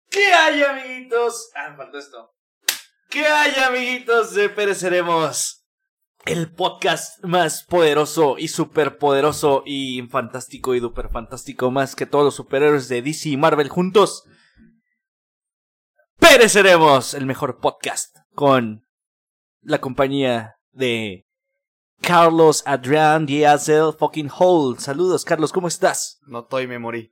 ¿Qué hay, amiguitos? Faltó esto. ¿Qué hay, amiguitos de Pereceremos? El podcast más poderoso y superpoderoso y fantástico y duper fantástico, más que todos los superhéroes de DC y Marvel juntos. Pereceremos, el mejor podcast, con la compañía de Carlos Adrián Díaz el fucking Hole. Saludos, Carlos, ¿cómo estás? No estoy, me morí.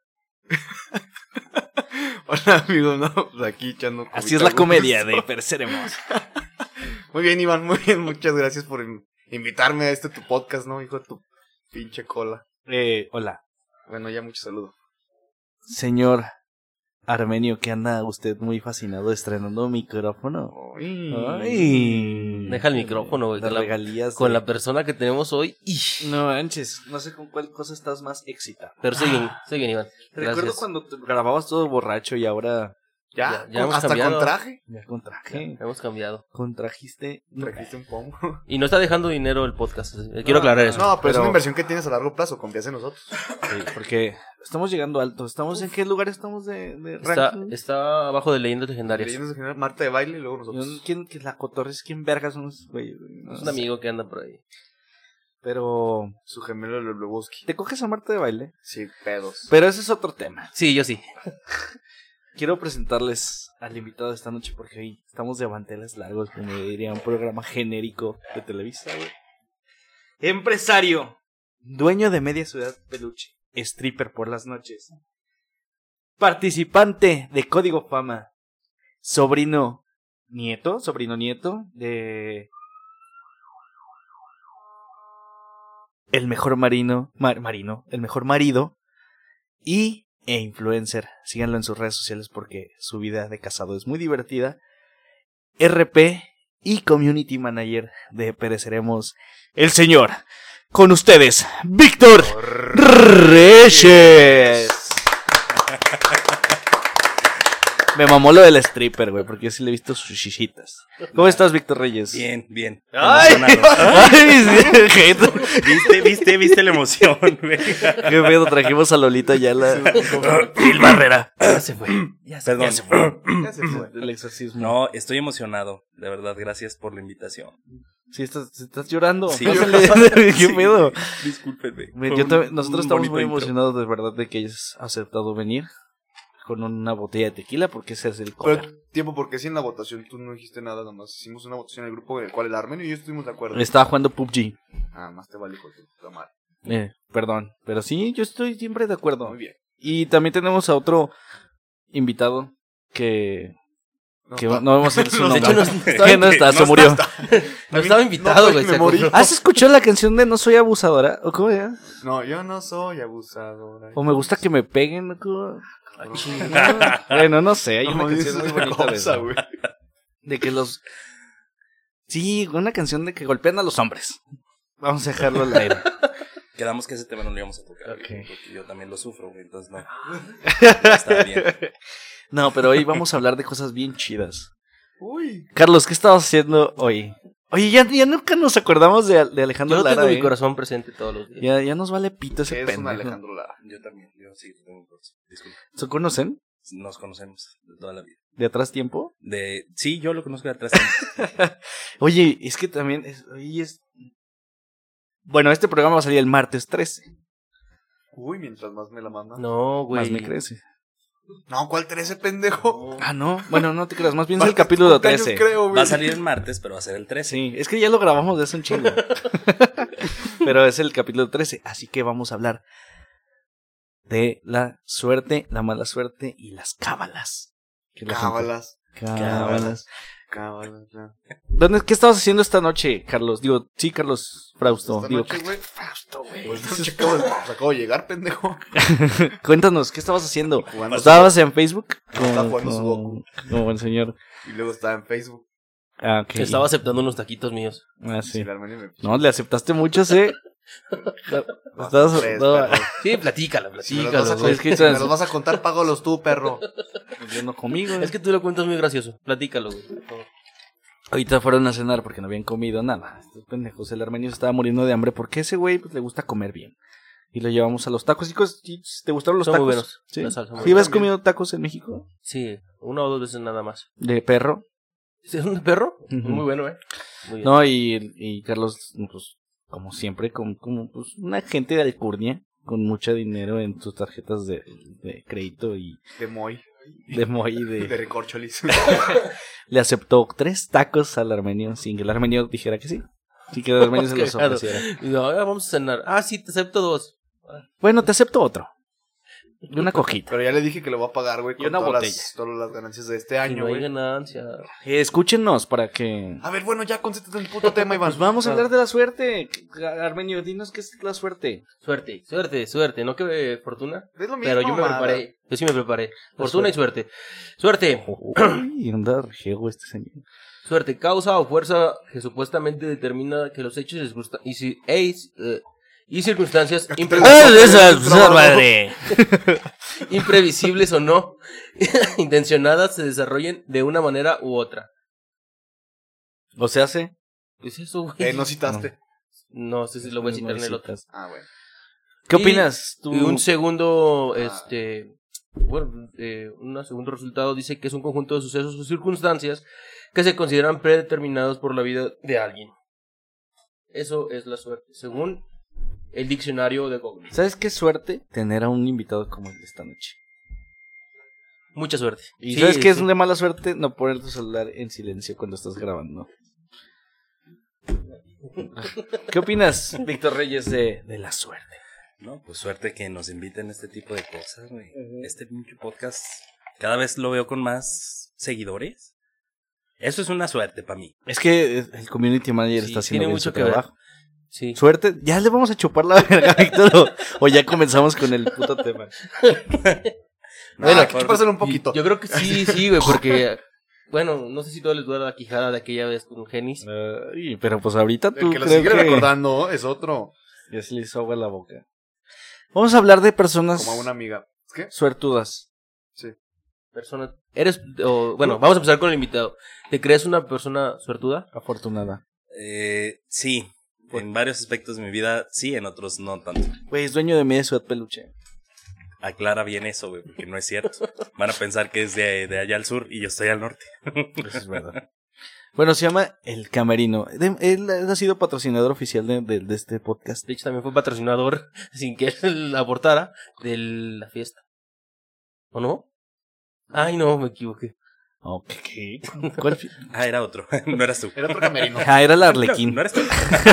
Hola, amigos, no, pues aquí echando. Así es la comedia de Pereceremos. Muy bien, Iván, muy bien, muchas gracias por invitarme a tu podcast, ¿no? Hijo de tu pinche cola. Hola. Bueno, ya mucho saludo. Señor Armenio, que anda usted muy fascinado estrenando micrófono. Ay. Deja el micrófono, güey. Las regalías con la persona que tenemos hoy. No manches, no sé con cuál cosa estás más excitado. Pero sigue bien, Iván. Recuerdo Gracias. cuando te grababas todo borracho y ahora Ya hemos hasta cambiado. con traje. ya con traje. Hemos cambiado. Contrajiste. Trajiste un pomo. Y no está dejando dinero el podcast. Quiero aclarar eso. No, pero es una inversión que tienes a largo plazo, confías en nosotros. Sí, porque estamos llegando alto. ¿Estamos en qué lugar estamos de Está, ranking? está abajo de leyendas legendarias. Leyendas de general, Marta de baile y luego nosotros. ¿Quién, que la cotorres? ¿Quién vergas son esos güeyes? No Es un sé. amigo que anda por ahí. Pero Su gemelo el Lebowski. te coges a Marta de baile. Sí, pedos. Pero ese es otro tema. Sí, yo sí. Quiero presentarles al invitado de esta noche porque hoy estamos de manteles largos, como diría un programa genérico de Televisa, güey. Empresario, dueño de media ciudad peluche, stripper por las noches, participante de Código Fama, sobrino nieto de el mejor el mejor marido e influencer. Síganlo en sus redes sociales porque su vida de casado es muy divertida. RP y community manager de Pereceremos, el señor, con ustedes, Víctor Reyes. Me mamó lo del stripper, güey, porque yo sí le he visto sus chichitas. ¿Cómo estás, Víctor Reyes? Bien, bien. ¡Ay! Emocionado. ¡Ay! ¿Viste la emoción, güey? ¿Qué pedo? Trajimos a Lolita ya la... Phil Barrera. Ya se fue. Perdón. Ya se fue. El exorcismo. No, estoy emocionado. De verdad, gracias por la invitación. Sí, estás llorando. Sí. Pásale. ¿Qué pedo? Discúlpenme. Nosotros estamos muy emocionados de verdad de que hayas aceptado venir con una botella de tequila porque ese es el cover. Pero tiempo, porque si en la votación tú no dijiste nada, nomás hicimos una votación en el grupo en el cual el Armenio y yo estuvimos de acuerdo. Estaba jugando PUBG. Ah, más te vale con tu puta madre. Perdón, pero sí, yo estoy siempre de acuerdo. Muy bien. Y también tenemos a otro invitado que No, no vamos a decir su De nombre. hecho, no Que no está, se murió. No estaba invitado, No, güey. me se morí. acordó. ¿Has escuchado la canción de No soy abusadora? ¿O cómo era? No, yo no soy abusadora. O me gusta que me peguen. ¿O cómo? Bueno, no sé, hay una No, canción es muy una bonita de cosa, eso. güey. De que los... Sí, una canción de que golpean a los hombres. Vamos a dejarlo al aire. Quedamos que ese tema no lo íbamos a tocar. Ok. Porque yo también lo sufro, güey. Entonces no. Está bien. No, pero hoy vamos a hablar de cosas bien chidas. Uy. Carlos, ¿qué estabas haciendo hoy? Oye, ya nunca nos acordamos de Alejandro Yo Lara, tengo mi corazón presente todos los días. Ya nos vale pito ese Es un pendejo. Alejandro Lara. Yo también. Yo sí tengo un corazón. Disculpe. ¿Se conocen? Nos conocemos de toda la vida. ¿De atrás tiempo? Sí, yo lo conozco de atrás. Oye, es que también Bueno, este programa va a salir el martes 13. Uy, mientras más me la manda. No, güey. Más me crece. No, ¿cuál 13, pendejo? Ah, no. Bueno, no te creas. Más bien es el Martes, capítulo cumpleaños, 13. creo, güey. Va a salir el martes, pero va a ser el 13. Sí, es que ya lo grabamos de hace un chingo. Pero es el capítulo 13. Así que vamos a hablar de la suerte, la mala suerte y las cábalas. Que la gente- Cábalas. Cábalas. Cábalas, ya. ¿Qué estabas haciendo esta noche, Carlos? Digo, sí, Carlos Frausto. Esta Digo, noche, güey. Frausto, güey. Pues esta noche acabo de llegar, pendejo. Cuéntanos, ¿qué estabas haciendo? Jugando ¿Estabas en Facebook? Estaba jugando Sudoku. Como el señor. Y luego estaba en Facebook. Ah, ok. Que estaba aceptando unos taquitos míos. Ah, Sí, sí. el Armenio me... No, le aceptaste mucho, ¿sí? Estabas... Tres, no, perro. Sí, platícalo. Si me los vas a güey. Es que si me los vas a contar, págalos tú, perro. yo no comí, güey. Es que tú lo cuentas muy gracioso. Platícalo, güey. Ahorita fueron a cenar porque no habían comido nada. Estos pendejos, el Armenio se estaba muriendo de hambre porque ese güey pues, le gusta comer bien. y lo llevamos a los tacos. Chicos, ¿te gustaron los Son tacos? muy buenos. ¿Sí? La salsa muy ¿Sí habías buena. comido tacos en México? Sí, 1 o 2 veces nada más. ¿De perro? ¿Es un perro? Ujú. Muy bueno, Muy bien. No, y Carlos, pues, como siempre, como pues, una gente de alcurnia, con mucho dinero en sus tarjetas de crédito y De Moy. de Moy, De Recorcholis. le aceptó 3 tacos al armenio sin que el armenio dijera que sí. Sin que el armenio se los Cagado. ofreciera. No, ahora vamos a cenar. Ah, sí, te acepto 2. Bueno, te acepto otro. Y una cojita. Pero ya le dije que lo voy a pagar, güey, Y con una todas botella. todas las ganancias de este Y año, no hay güey. ganancia. Escúchenos para que... A ver, bueno, ya concéntrate en el puto tema, Iván. Pues vamos a hablar de la suerte. Armenio, dinos qué es la suerte. Suerte. No que fortuna. Es lo mismo, Pero yo me mamada. preparé. Yo sí me preparé. Fortuna y suerte. Suerte. Uy, anda rejego este señor. Suerte, causa o fuerza que supuestamente determina que los hechos y circunstancias imprevisibles o no intencionadas se desarrollen de una manera u otra. ¿O se hace? ¿Qué es eso, güey? No citaste. No sé si lo voy a citar en el otro. Ah, bueno. ¿Qué opinas tú? Y un segundo, un segundo resultado dice que es un conjunto de sucesos o circunstancias que se consideran predeterminados por la vida de alguien. Eso es la suerte, según el diccionario de Google. ¿Sabes qué suerte? Tener a un invitado como el de esta noche. Mucha suerte. ¿Y Sí, sabes qué es sí. de mala suerte? No poner tu celular en silencio cuando estás grabando. ¿Qué opinas, Víctor Reyes, de la suerte? No, pues suerte que nos inviten a este tipo de cosas, güey. Este pinche podcast cada vez lo veo con más seguidores. Eso es una suerte para mí. Es que el community manager Sí, está haciendo tiene bien mucho su que ver. trabajo. Sí. Suerte, ya le vamos a chupar la verga, Víctor. O ya comenzamos con el puto tema. Bueno, hay que por- chupárselo un poquito. Yo creo que sí, güey, porque, bueno, no sé si todo les duele la quijada de aquella vez con Genis. Ay, pero pues ahorita tú El que lo creo sigue que recordando es otro. ya se le hizo agua en la boca. Vamos a hablar de personas Como a una amiga. ¿Es qué? suertudas. Sí. Persona, bueno, vamos a empezar con el invitado. ¿Te crees una persona suertuda? Afortunada. Sí, en varios aspectos de mi vida, sí, en otros no tanto. Güey, es dueño de media ciudad peluche. Aclara bien eso, güey, porque no es cierto. Van a pensar que es de allá al sur y yo estoy al norte. Eso es verdad. Bueno, se llama El Camerino. Él ha sido patrocinador oficial de este podcast. De hecho, también fue patrocinador, sin que él aportara, de la fiesta. ¿O no? Ay, no, me equivoqué. ¿Qué? ¿Cuál? Ah, era otro, no eras tú. Era otro camerino. Ah, era el Arlequín. No eres tú.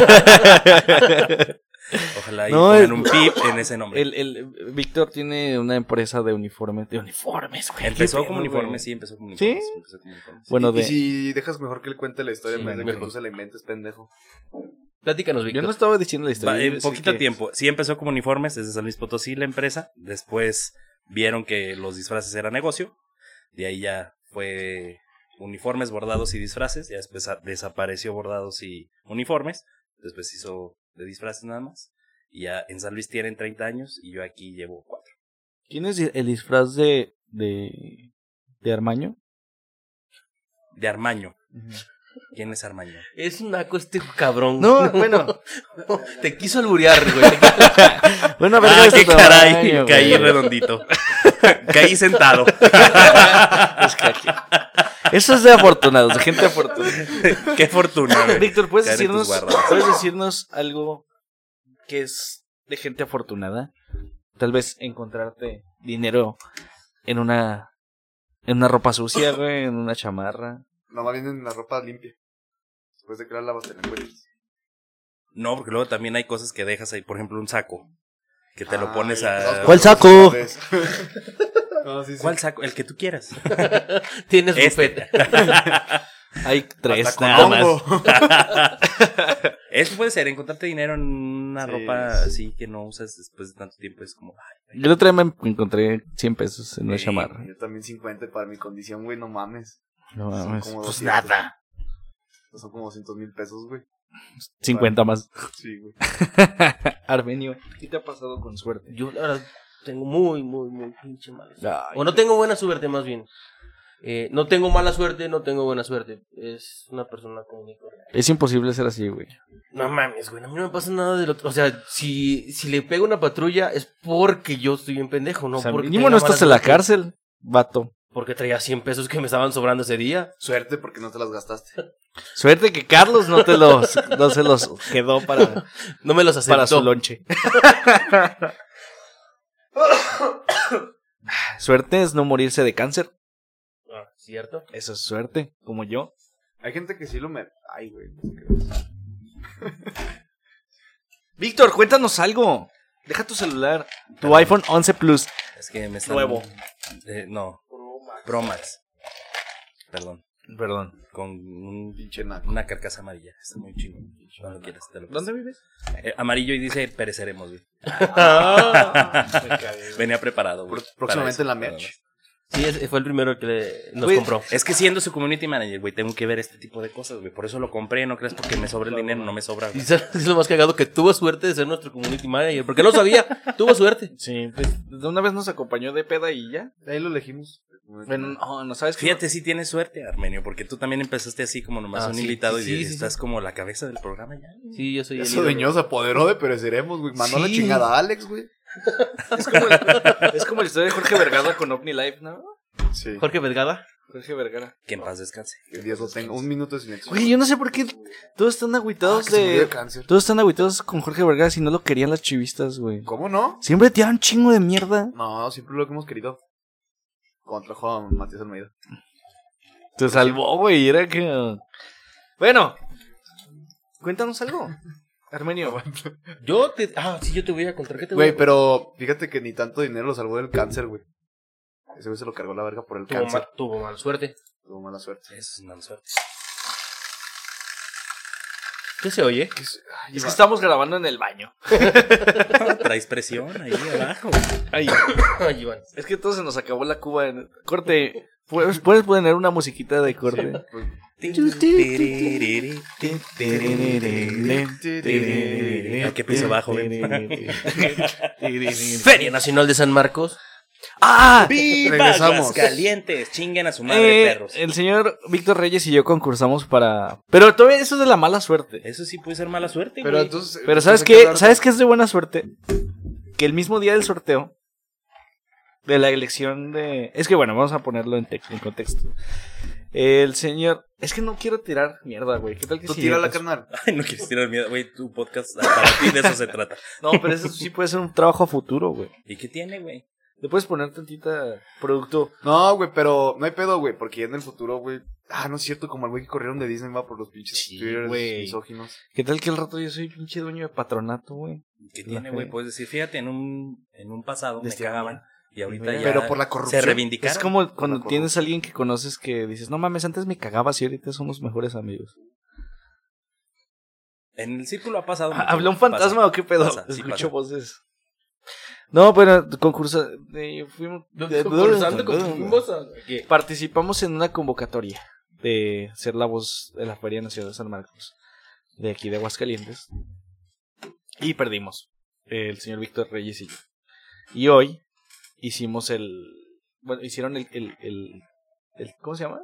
Ojalá y No, pongan un pip en ese nombre. El Víctor tiene una empresa de uniformes. De uniformes, güey. Empezó Qué como pedo, uniforme, güey. sí, empezó como ¿Sí? uniforme. Empezó como uniforme. Bueno, Y si dejas mejor que él cuente la historia Sí, en vez de que mejor. tú se la inventes, pendejo. Platícanos, yo Víctor. no estaba diciendo la Va, historia. yo en decía poquito que- tiempo. Sí empezó como uniformes desde San Luis Potosí la empresa. Después vieron que los disfraces era negocio. De ahí ya fue uniformes, bordados y disfraces. Ya después desapareció bordados y uniformes. Después hizo de disfraces nada más. Y ya en San Luis tienen 30 años y yo aquí llevo 4. ¿Quién es el disfraz de Armaño? De Armaño. ¿Quién es Armaño? Es un naco este cabrón. No, bueno. Te quiso alburear, güey. Bueno, a ver, Ah, este qué caray. tamaño, Caí güey. redondito. Caí sentado. Es que aquí- Eso es de afortunados, de gente afortunada. Qué fortuna, güey. Víctor, Caer en tus guarradas. ¿puedes decirnos algo que es de gente afortunada? Tal vez encontrarte dinero en una ropa sucia, güey, en una chamarra. Nomás vienen la ropa limpia. Después de que la lavas te la encuentras. No, porque luego también hay cosas que dejas ahí, por ejemplo, un saco. Que te lo pones a... ¿Cuál saco? No, sí, sí. ¿Cuál saco? El que tú quieras. Tienes Este. bufete. Hay 3 Hasta con nada más. hongo. Eso puede ser, encontrarte dinero en una Sí, ropa sí. así que no usas después de tanto tiempo. Es como... ay, Yo el otro día me encontré 100 pesos en una Sí. chamarra. Yo también 50 para mi condición, güey, no mames. No Son mames. como Pues 200. nada. Son como 200,000 pesos, güey. 50 más. Sí, güey. Armenio, ¿qué te ha pasado con suerte? Yo, la verdad, tengo muy pinche mal. Ay, O no tengo buena suerte, más bien. No tengo mala suerte, no tengo buena suerte. Es una persona común y corriente. Es imposible ser así, güey. No mames, güey, a mí no me pasa nada del otro. O sea, si le pego una patrulla es porque yo estoy bien pendejo, no O sea, porque mínimo tenga no mala estás en la suerte. cárcel, vato. Porque traía 100 pesos que me estaban sobrando ese día. Suerte porque no te las gastaste. Suerte que Carlos no se los quedó para No me los aceptó. su lonche. Suerte es no morirse de cáncer. Ah, ¿cierto? Eso es suerte, como yo. Hay gente que sí lo me... Ay, güey. Víctor, cuéntanos algo. Deja tu celular. Tu iPhone 11 Plus. Es que me están... Nuevo. No, Pro Max. Perdón. Perdón. Con Pinche naco. una carcasa amarilla. Está muy chido. Cuando quieras, te lo paso. ¿Dónde vives? Amarillo y dice pereceremos, güey. Ah, Venía preparado, güey. Próximamente en la para eso, merch. Sí, fue el primero que nos Güey, compró. Es que siendo su community manager, güey, tengo que ver este tipo de cosas, güey. Por eso lo compré, no creas porque me sobra el dinero, no me sobra, Y güey. es lo más cagado que tuvo suerte de ser nuestro community manager. Porque no sabía, tuvo suerte. Sí, pues de una vez nos acompañó de peda y ya. Ahí lo elegimos. Bueno, no sabes qué. Fíjate, sí tienes suerte, Armenio, porque tú también empezaste así como nomás Ah, un sí, invitado sí, y sí, estás sí. como la cabeza del programa ya. Sí, yo soy el Eso ídolo. dueño se apoderó de pereceremos, güey. Mandó la Sí. chingada a Alex, güey. Es como la historia de Jorge Vergara con OVNI Life, ¿no? Sí. Jorge Vergara. Jorge Vergara. Que en paz descanse. Que Dios lo tenga. Un minuto de silencio. Güey, yo no sé por qué todos están agüitados que se murió de... de cáncer. Todos están agüitados con Jorge Vergara si no lo querían las chivistas, güey. ¿Cómo no? Siempre tiraron un chingo de mierda. No, siempre lo que hemos querido. Cuando trajo a Matías Almeida. Te salvó, güey. Era que... Bueno. Cuéntanos algo. Armenio. Sí, yo te voy a contar. ¿Qué te voy Güey, a pero fíjate que ni tanto dinero lo salvó del cáncer, güey. Ese güey se lo cargó la verga por el cáncer. Tuvo mala suerte. Tuvo mala suerte. Eso es mala suerte. ¿Qué se oye? Es que estamos grabando en el baño. Traes presión ahí abajo. Ay, Ay, Iván. es que todo se nos acabó la cuba. Corte. ¿Puedes poner una musiquita de corte? Ay, qué piso bajo, güey. Feria Nacional de San Marcos. ¡Ah! ¡Viva Regresamos. Aguascalientes! Chinguen a su madre, perros. El señor Víctor Reyes y yo concursamos para... Pero todavía eso es de la mala suerte. Eso sí puede ser mala suerte, Pero güey. entonces. Pero ¿sabes qué? ¿Sabes qué es de buena suerte? Que el mismo día del sorteo de la elección de... Es que bueno, vamos a ponerlo en contexto. El señor... Es que no quiero tirar mierda, güey. ¿Qué tal que Tú sí? tira la carnal. Ay, no quieres tirar miedo, güey. Tu podcast, para ti de eso se trata. No, pero eso sí puede ser un trabajo a futuro, güey. ¿Y qué tiene, güey? Le puedes poner tantita producto. No, güey, pero no hay pedo, güey. Porque ya en el futuro, güey. Ah, no es cierto, como el güey que corrieron de Disney va por los pinches Sí, Twitters güey. misóginos. ¿Qué tal que al rato yo soy pinche dueño de patronato, güey? ¿Qué tiene, güey? Puedes decir, fíjate, en un pasado me cagaban. Y ahorita ya Pero por la corrupción. se reivindicaron. Es como cuando la tienes a alguien que conoces que dices, no mames, antes me cagabas y ahorita somos mejores amigos. En el círculo ha pasado. ¿Habló un fantasma o qué pedo? Pasa, sí Escucho pasa. voces. No, pero concurso... fuimos... Concursando con fuimos a... ¿Qué? Participamos en una convocatoria de ser la voz de la Feria Nacional de San Marcos, de aquí de Aguascalientes. Y perdimos, el señor Víctor Reyes y yo. Y hoy hicimos hicieron el ¿cómo se llama?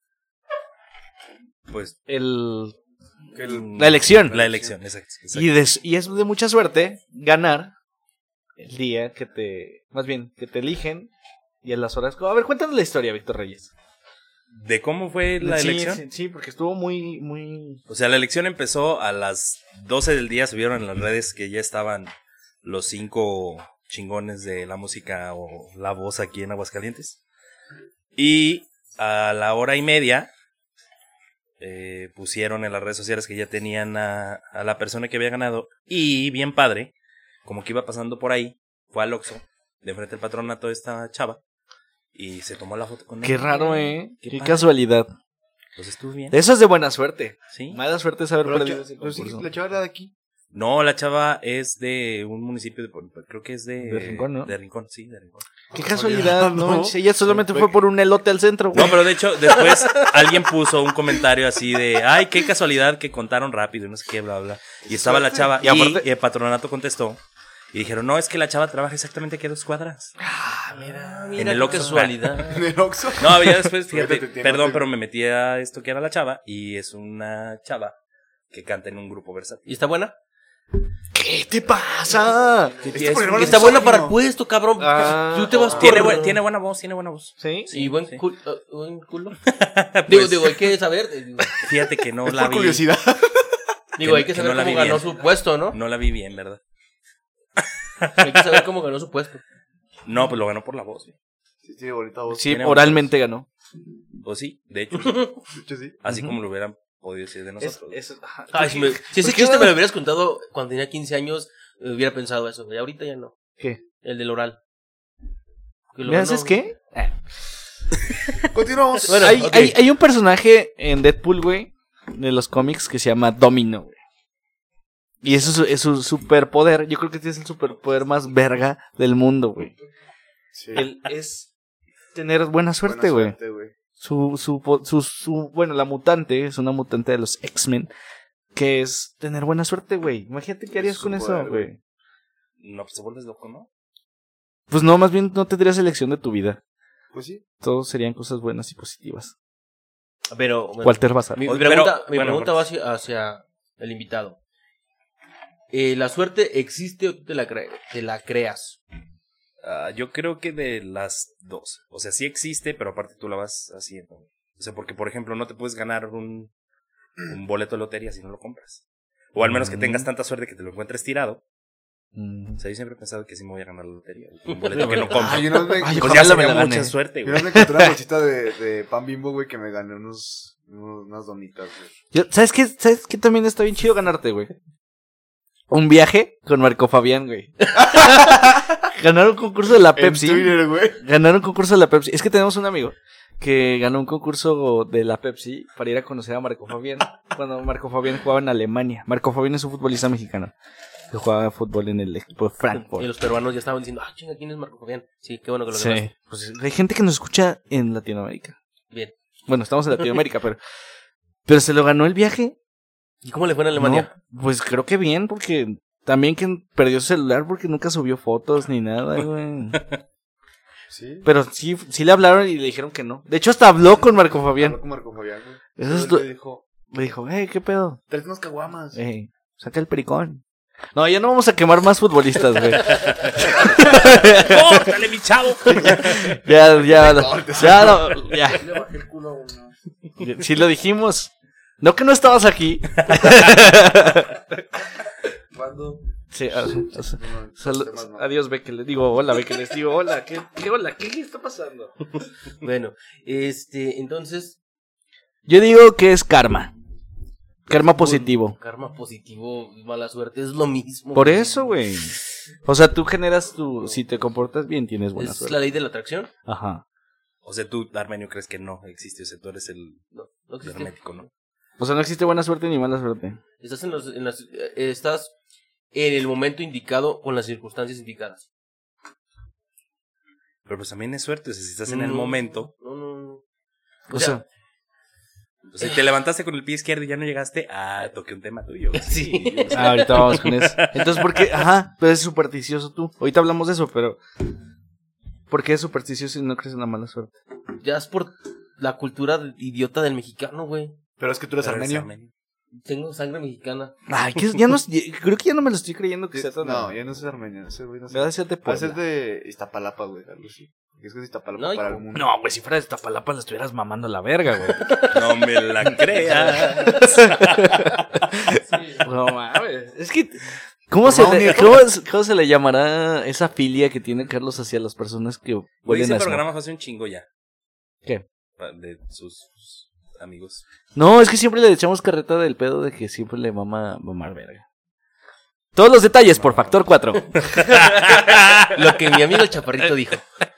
Pues La elección. La elección, exacto. Y es de mucha suerte ganar el día que te eligen y a las horas... A ver, cuéntanos la historia, Víctor Reyes. ¿De cómo fue la Sí, elección? Sí, porque estuvo muy... O sea, la elección empezó a las 12 del día. Subieron en las redes que ya estaban los 5 chingones de la música o la voz aquí en Aguascalientes. Y a la 1:30 pusieron en las redes sociales que ya tenían a la persona que había ganado. Y bien padre, como que iba pasando por ahí, fue al Oxxo, de frente al patronato de esta chava, y se tomó la foto con él. Qué raro, Qué padre. casualidad. Pues estuvo bien. Eso es de buena suerte. Sí. Mala suerte es haber Pero perdido ese pero sí, concurso. la chava era de aquí. No, la chava es de un municipio, creo que es De Rincón, ¿no? De Rincón, sí, de Rincón. Qué casualidad, ¿no? ¿no? Ella solamente fue por un elote al centro, güey. No, pero de hecho, después alguien puso un comentario así de, ay, qué casualidad que contaron rápido y no sé qué, bla, bla. Y estaba la chava Y aparte- y el patronato contestó Y dijeron, no, es que la chava trabaja exactamente aquí a 2 cuadras. Mira, En el qué Oxxo. casualidad. En el Oxxo. No, ya después, fíjate, Fíjate, te perdón, noté. pero me metí a esto que era la chava. Y es una chava que canta en un grupo versátil. ¿Y está buena? ¿Qué te pasa? Este programa es Está buena para el misógino. puesto, cabrón. Ah, Tú te vas Tiene, por... tiene buena voz, tiene buena voz. ¿Sí? Y buen, Sí. buen culo. Pues, Digo, hay que saber. fíjate que no Es la por vi. curiosidad. Digo, hay que que saber no la cómo vi ganó bien. su puesto, ¿no? No la vi bien, ¿verdad? Hay que saber cómo ganó su puesto. No, pues lo ganó por la voz. ¿Sí? Sí, tiene bonita voz. Sí, Tiene oralmente ganó. Pues sí, de hecho, De hecho, sí. así como lo hubieran podido decir de nosotros. Ay, si ese chiste me lo hubieras contado cuando tenía 15 años, hubiera pensado eso, güey. Ahorita ya no. ¿Qué? El del oral. Que lo ¿Me ganó, haces güey. qué? Continuamos. Bueno, hay, ok. hay un personaje en Deadpool, güey, de los cómics que se llama Domino, güey. Y eso es su superpoder. Yo creo que es el superpoder más verga del mundo, güey. Sí. Él es tener buena suerte, Buena güey. güey. Bueno, la mutante es una mutante de los X-Men, que es tener buena suerte, güey. Imagínate qué harías Es con su eso, poder, güey. güey. No, pues te vuelves loco, ¿no? Pues no, más bien no tendrías elección de tu vida. Pues sí. Todos serían cosas buenas y positivas. Pero, bueno, Walter Bazar. mi Pero, pregunta, bueno, va hacia el invitado. ¿La suerte existe o tú te la creas? Yo creo que de las dos. O sea, sí existe, pero aparte tú la vas haciendo. O sea, porque, por ejemplo, no te puedes ganar un boleto de lotería si no lo compras. O al menos que tengas tanta suerte que te lo encuentres tirado. Mm. O sea, yo siempre he pensado que sí me voy a ganar la lotería. Un boleto que no compro. Ay, yo no me, Ay, Pues ojalá ya me sería la mucha gane. suerte, yo güey. no me encontré una bolsita de pan Bimbo, güey, que me gané unas donitas, güey. ¿Sabes qué también está bien chido ganarte, güey? Un viaje con Marco Fabián, güey. Ganar un concurso de la Pepsi. En Twitter, güey. Ganar un concurso de la Pepsi. Es que tenemos un amigo que ganó un concurso de la Pepsi para ir a conocer a Marco Fabián cuando Marco Fabián jugaba en Alemania. Marco Fabián es un futbolista mexicano que jugaba fútbol en el equipo de Y Frankfurt. los peruanos ya estaban diciendo, chinga, ¿quién es Marco Fabián? Sí, qué bueno que lo Sí, ganaste. pues hay gente que nos escucha en Latinoamérica. Bien. Bueno, estamos en Latinoamérica, pero se lo ganó el viaje. ¿Y cómo le fue en Alemania? No, pues creo que bien, porque también que perdió su celular porque nunca subió fotos ni nada, güey. Sí. Pero sí le hablaron y le dijeron que no. De hecho, hasta habló con Marco Fabián. Habló con Marco Fabián, güey. Eso es Entonces le dijo, Le dijo, ¿qué pedo? tráete unas caguamas. Saca el pericón. No, ya no vamos a quemar más futbolistas, güey. ¡Córtale, mi chavo! ya, Le bajé el culo a uno. Sí lo dijimos. No que no estabas aquí. ¿Cuándo? Sí, No, temas no. adiós, Beque. Les digo hola, Beque. Les digo hola. ¿Qué hola? ¿Qué está pasando? Bueno, entonces, Yo digo que es karma. Karma positivo. karma positivo, mala suerte, es lo mismo. Por eso, güey. O sea, tú generas si te comportas bien, tienes buena ¿Es suerte. la ley de la atracción? Ajá. O sea, tú, Armenio, crees que no existe. O sea, tú eres el No existe. hermético, ¿no? O sea, no existe buena suerte ni mala suerte. Estás en el momento indicado con las circunstancias indicadas. Pero pues también es suerte. O sea, si estás en el momento. No. O sea, O sea, te levantaste con el pie izquierdo y ya no llegaste. Toqué un tema tuyo. Sí. ahorita vamos con eso. Entonces, ¿por qué? Ajá, pero es supersticioso tú. Ahorita hablamos de eso, pero ¿por qué es supersticioso y no crees en la mala suerte? Ya es por la cultura idiota del mexicano, güey. Pero es que tú eres Pero eres armenio. Tengo sangre mexicana. Ay, que ya no, creo que ya no me lo estoy creyendo que sea tan... No, ya no es armenio. Ese güey no sé. Debe de ser de Va a ser Puebla. de Iztapalapa, güey, algo así. Porque es que es Iztapalapa No, para hijo. el mundo. No, güey, si fuera de Iztapalapa la estuvieras mamando a la verga, güey. No me la creas. No mames. Es que... ¿Cómo Por se le llamará esa filia que tiene Carlos hacia las personas que Güey, huelen ese a smoke? programa fue hace un chingo ya. ¿Qué? De sus amigos. No, es que siempre le echamos carreta del pedo de que siempre le mamar verga. Todos los detalles por Factor 4. Lo que mi amigo el chaparrito dijo.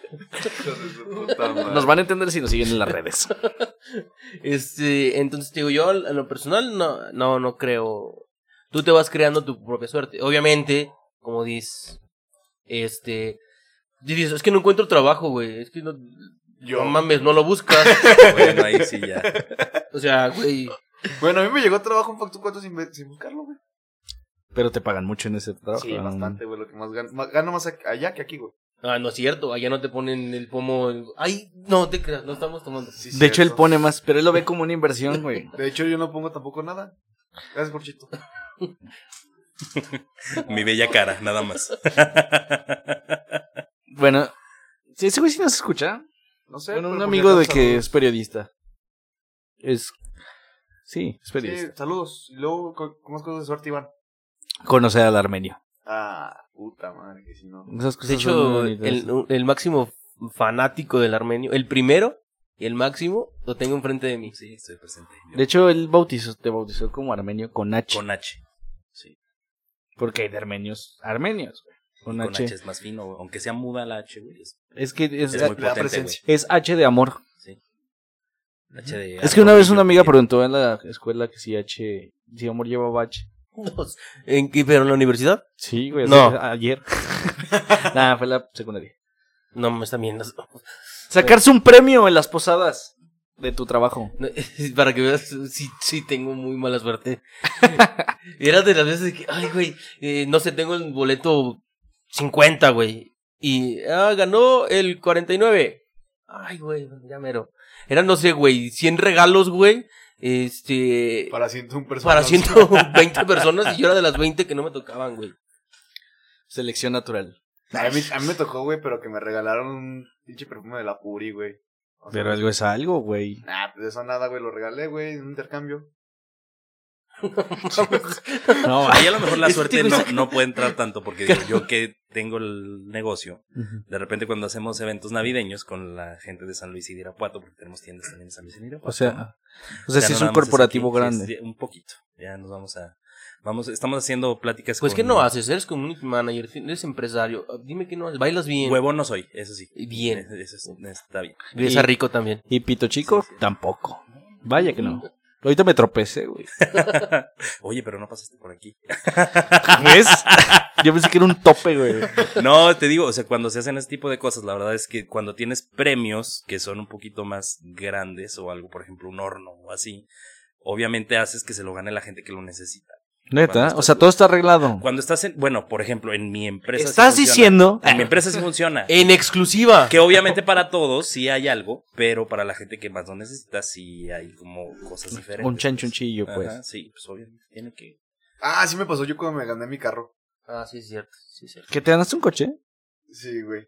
Nos van a entender si nos siguen en las redes. Entonces te digo, yo en lo personal no creo. Tú te vas creando tu propia suerte. Obviamente, como dices, dices, es que no encuentro trabajo, güey. Es que no mames, no lo buscas. Bueno, ahí sí ya. O sea, güey. Bueno, a mí me llegó trabajo en Factor 4 sin buscarlo, güey. Pero te pagan mucho en ese trabajo. Sí, bastante, güey. Lo que más gano más allá que aquí, güey. Ah, no es cierto, allá no te ponen el pomo. Ay, no te creas, no estamos tomando. Sí, De hecho, él cierto. pone más, pero él lo ve como una inversión, güey. De hecho, yo no pongo tampoco nada. Gracias, Porchito. Mi bella cara, nada más. Bueno, sí, ese güey sí nos escucha. No sé. Bueno, pero un por amigo si de acaso, que saludos. es periodista. Sí, es Sí, periodista. saludos. Y luego, ¿cómo es cosas de suerte, Iván? Conocer al armenio. Ah, puta madre, que si no. Esas cosas De son hecho, muy bonitas. el máximo fanático del armenio, el primero y el máximo, lo tengo enfrente de mí. Sí, estoy presente. De hecho, él te bautizó como armenio con H. Con H. Sí. Porque hay de armenios, güey. Con Con H. H es más fino, aunque sea muda la H, güey. Es que es Es Le muy da potente, presencia. es H de amor. Sí. H de Es que una vez una arco, amiga brillo, preguntó en la escuela que si amor llevaba H. ¿En qué? ¿Pero en la universidad? Sí, güey. No. Ayer. Nada, fue la secundaria. No, me están viendo. Sacarse un premio en las posadas de tu trabajo. No, para que veas, sí tengo muy mala suerte. Era de las veces de que, ay, güey, no sé, tengo el boleto 50, güey. Y ganó el 49. Ay, güey, ya mero. Eran, no sé, güey, 100 regalos, güey. Para 101 personas. Para 120 personas y yo era de las 20 que no me tocaban, güey. Selección natural. A mí me tocó, güey, pero que me regalaron un pinche perfume de la Puri, güey. O sea, Pero algo es algo, güey. Nah, pues de eso nada, güey, lo regalé, güey, en un intercambio. No, Ahí a lo mejor la Este suerte güey no puede entrar tanto, porque digo, yo que tengo el negocio, de repente cuando hacemos eventos navideños con la gente de San Luis y de Irapuato, porque tenemos tiendas también en San Luis y de Irapuato. o sea Ya sí no es nada un más corporativo aquí, grande. sí, un poquito. Ya nos estamos haciendo pláticas Pues, con... ¿qué no haces? Eres community manager, eres empresario. Dime que no haces. Bailas bien. Huevo no soy, eso sí. Bien. Está bien. Vives a rico también. Y pito chico, tampoco. Vaya que no. Ahorita me tropecé, güey. Oye, pero no pasaste por aquí. ¿Ves? Yo pensé que era un tope, güey. No, te digo, o sea, cuando se hacen ese tipo de cosas, la verdad es que cuando tienes premios que son un poquito más grandes o algo, por ejemplo, un horno o así, obviamente haces que se lo gane la gente que lo necesita. Neta, Cuando o sea, todo está arreglado. Cuando estás bueno, por ejemplo, en mi empresa. ¿Estás sí funciona. diciendo? En mi empresa sí funciona. En exclusiva. Que obviamente para todos sí hay algo, pero para la gente que más lo necesita sí hay como cosas diferentes. Un chanchunchillo, pues. Ajá, sí, pues obviamente tiene que... Ah, sí me pasó yo cuando me gané mi carro. Ah, sí, es cierto. Sí, es cierto. ¿Que te ganaste un coche? Sí, güey.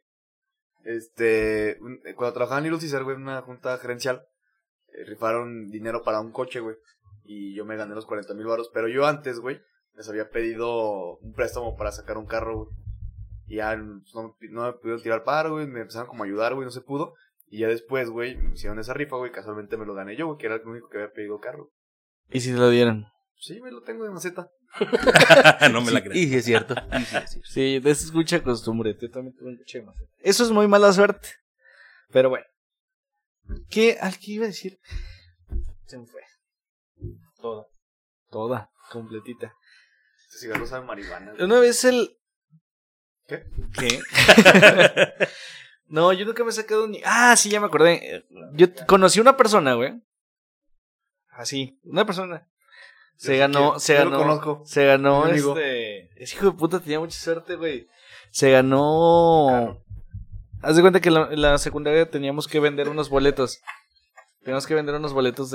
Cuando trabajaba en Little Caesar, güey, en una junta gerencial, rifaron dinero para un coche, güey. Y yo me gané los 40,000 varos. Pero yo antes, güey, les había pedido un préstamo para sacar un carro, güey. Y ya no me pudieron tirar paro, güey. Me empezaron como a ayudar, güey, no se pudo. Y ya después, güey, me hicieron esa rifa, güey. Casualmente me lo gané yo, güey, que era el único que había pedido carro. ¿Y si te lo dieron? Sí, güey, lo tengo de maceta. no me la creo. Y sí, es cierto. Y sí, es cierto. Sí, de eso es mucha costumbre. Yo también tuve un coche de maceta. Eso es muy mala suerte. Pero bueno. ¿Qué iba a decir? Se me fue. Toda, completita. Este cigarro sabe marihuana, güey. Una vez ¿Qué? ¿Qué? No, yo nunca me he sacado ni... Ah, sí, ya me acordé. Yo conocí una persona, güey. Así, una persona. Se ganó, Yo lo conozco. se ganó, Mi amigo. Ese hijo de puta tenía mucha suerte, güey. Se ganó... Haz de cuenta que en la secundaria teníamos que vender unos boletos. Teníamos que vender unos boletos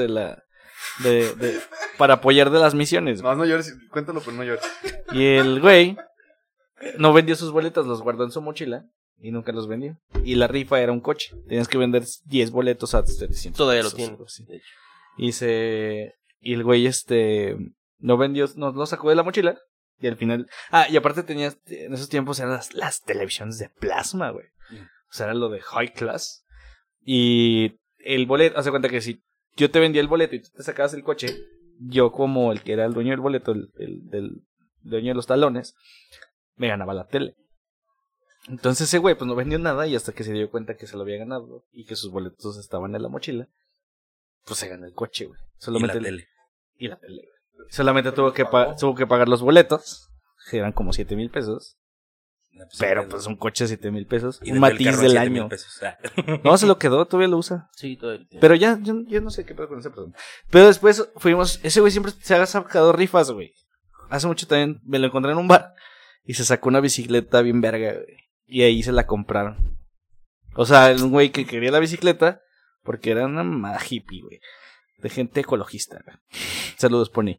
para apoyar de las misiones, güey. No llores, cuéntalo, pero no llores. Y el güey no vendió sus boletos, los guardó en su mochila y nunca los vendió. Y la rifa era un coche. Tenías que vender 10 boletos a 700. Todavía lo pesos, tiene. algo así. Y el güey no vendió, no lo sacó de la mochila. Y al final... y aparte tenías, en esos tiempos eran las televisiones de plasma, güey. O sea, era lo de high class. Y el boleto, hace cuenta que si yo te vendía el boleto y tú te sacabas el coche, yo como el que era el dueño del boleto, el dueño de los talones, me ganaba la tele. Entonces ese güey pues no vendió nada y hasta que se dio cuenta que se lo había ganado y que sus boletos estaban en la mochila, pues se ganó el coche, güey. Solamente Y la tele. Y la tele, güey. Solamente tuvo que pagar los boletos, que eran como 7,000 pesos. No, pues, Pero pues un coche de 7,000 pesos. y Un del Matiz carro a del 7,000 año. pesos. No, se lo quedó, todavía lo usa. Sí, todo el tiempo. Pero ya no sé qué pedo con esa persona. Pero después ese güey siempre se ha sacado rifas, güey. hace mucho también me lo encontré en un bar y se sacó una bicicleta bien verga, güey. Y ahí se la compraron. O sea, un güey que quería la bicicleta porque era una mamada hippie, güey. De gente ecologista, güey. Saludos, Pony.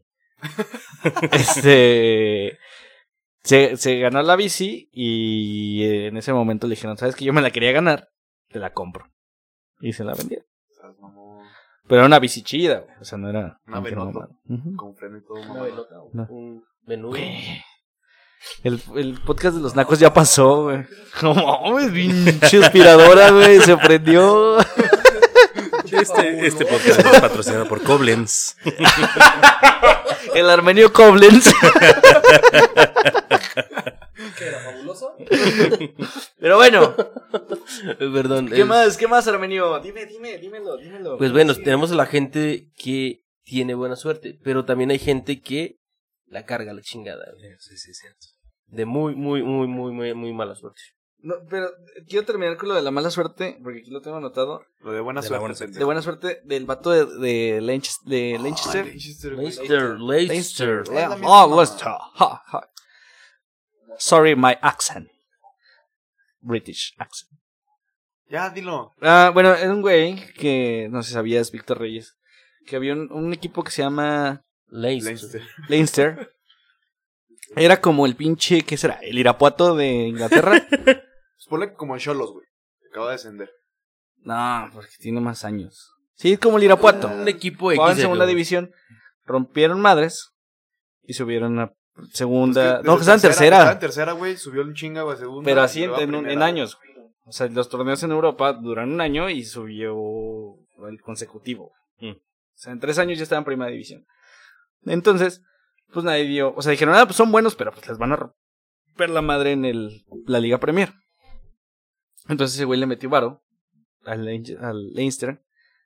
Se ganó la bici y en ese momento le dijeron, ¿sabes qué? Yo me la quería ganar, te la compro. Y se la vendieron. Pero era una bici chida, güey. O sea, no era... Una Venotto. Uh-huh. Con freno y todo, Una mamá. velota, No. un menudo. El podcast de los nacos ya pasó, güey. No mames, pinche aspiradora, güey. Se prendió. Este podcast es patrocinado por Koblenz. El Armenio Koblenz. ¿Qué era, fabuloso? Pero bueno, Perdón. ¿qué más, Armenio? Dímelo. Pues bueno, tenemos a la gente que tiene buena suerte, pero también hay gente que la carga la chingada, güey. Sí, cierto. De muy mala suerte. No, pero quiero terminar con lo de la mala suerte, porque aquí lo tengo anotado. Lo de buena De la suerte. buena suerte. De buena suerte del vato de Leicester. Leicester. Leicester. Ha, ha. Sorry, my accent. British accent. Ya, dilo. Bueno, era un güey que, no sé si sabías, Víctor Reyes, que había un equipo que se llama Leicester. Leinster. Era como el pinche, ¿qué será? El Irapuato de Inglaterra. Pues ponle que como en Cholos, güey. Acaba de descender. No, porque tiene más años. Sí, como el Irapuato. Un equipo Jugaban en X. segunda división, rompieron madres y subieron a segunda. Es No, que desde estaban en Estaba en tercera. tercera, güey. Subió un chinga, güey, a segunda. Pero así y luego a en primera, años, güey. O sea, los torneos en Europa duran un año y subió el consecutivo. O sea, en 3 años ya estaba en primera división. Entonces, pues nadie dio. O sea, dijeron, pues son buenos, pero pues les van a romper la madre en la Liga Premier. Entonces ese güey le metió varo al Leinster.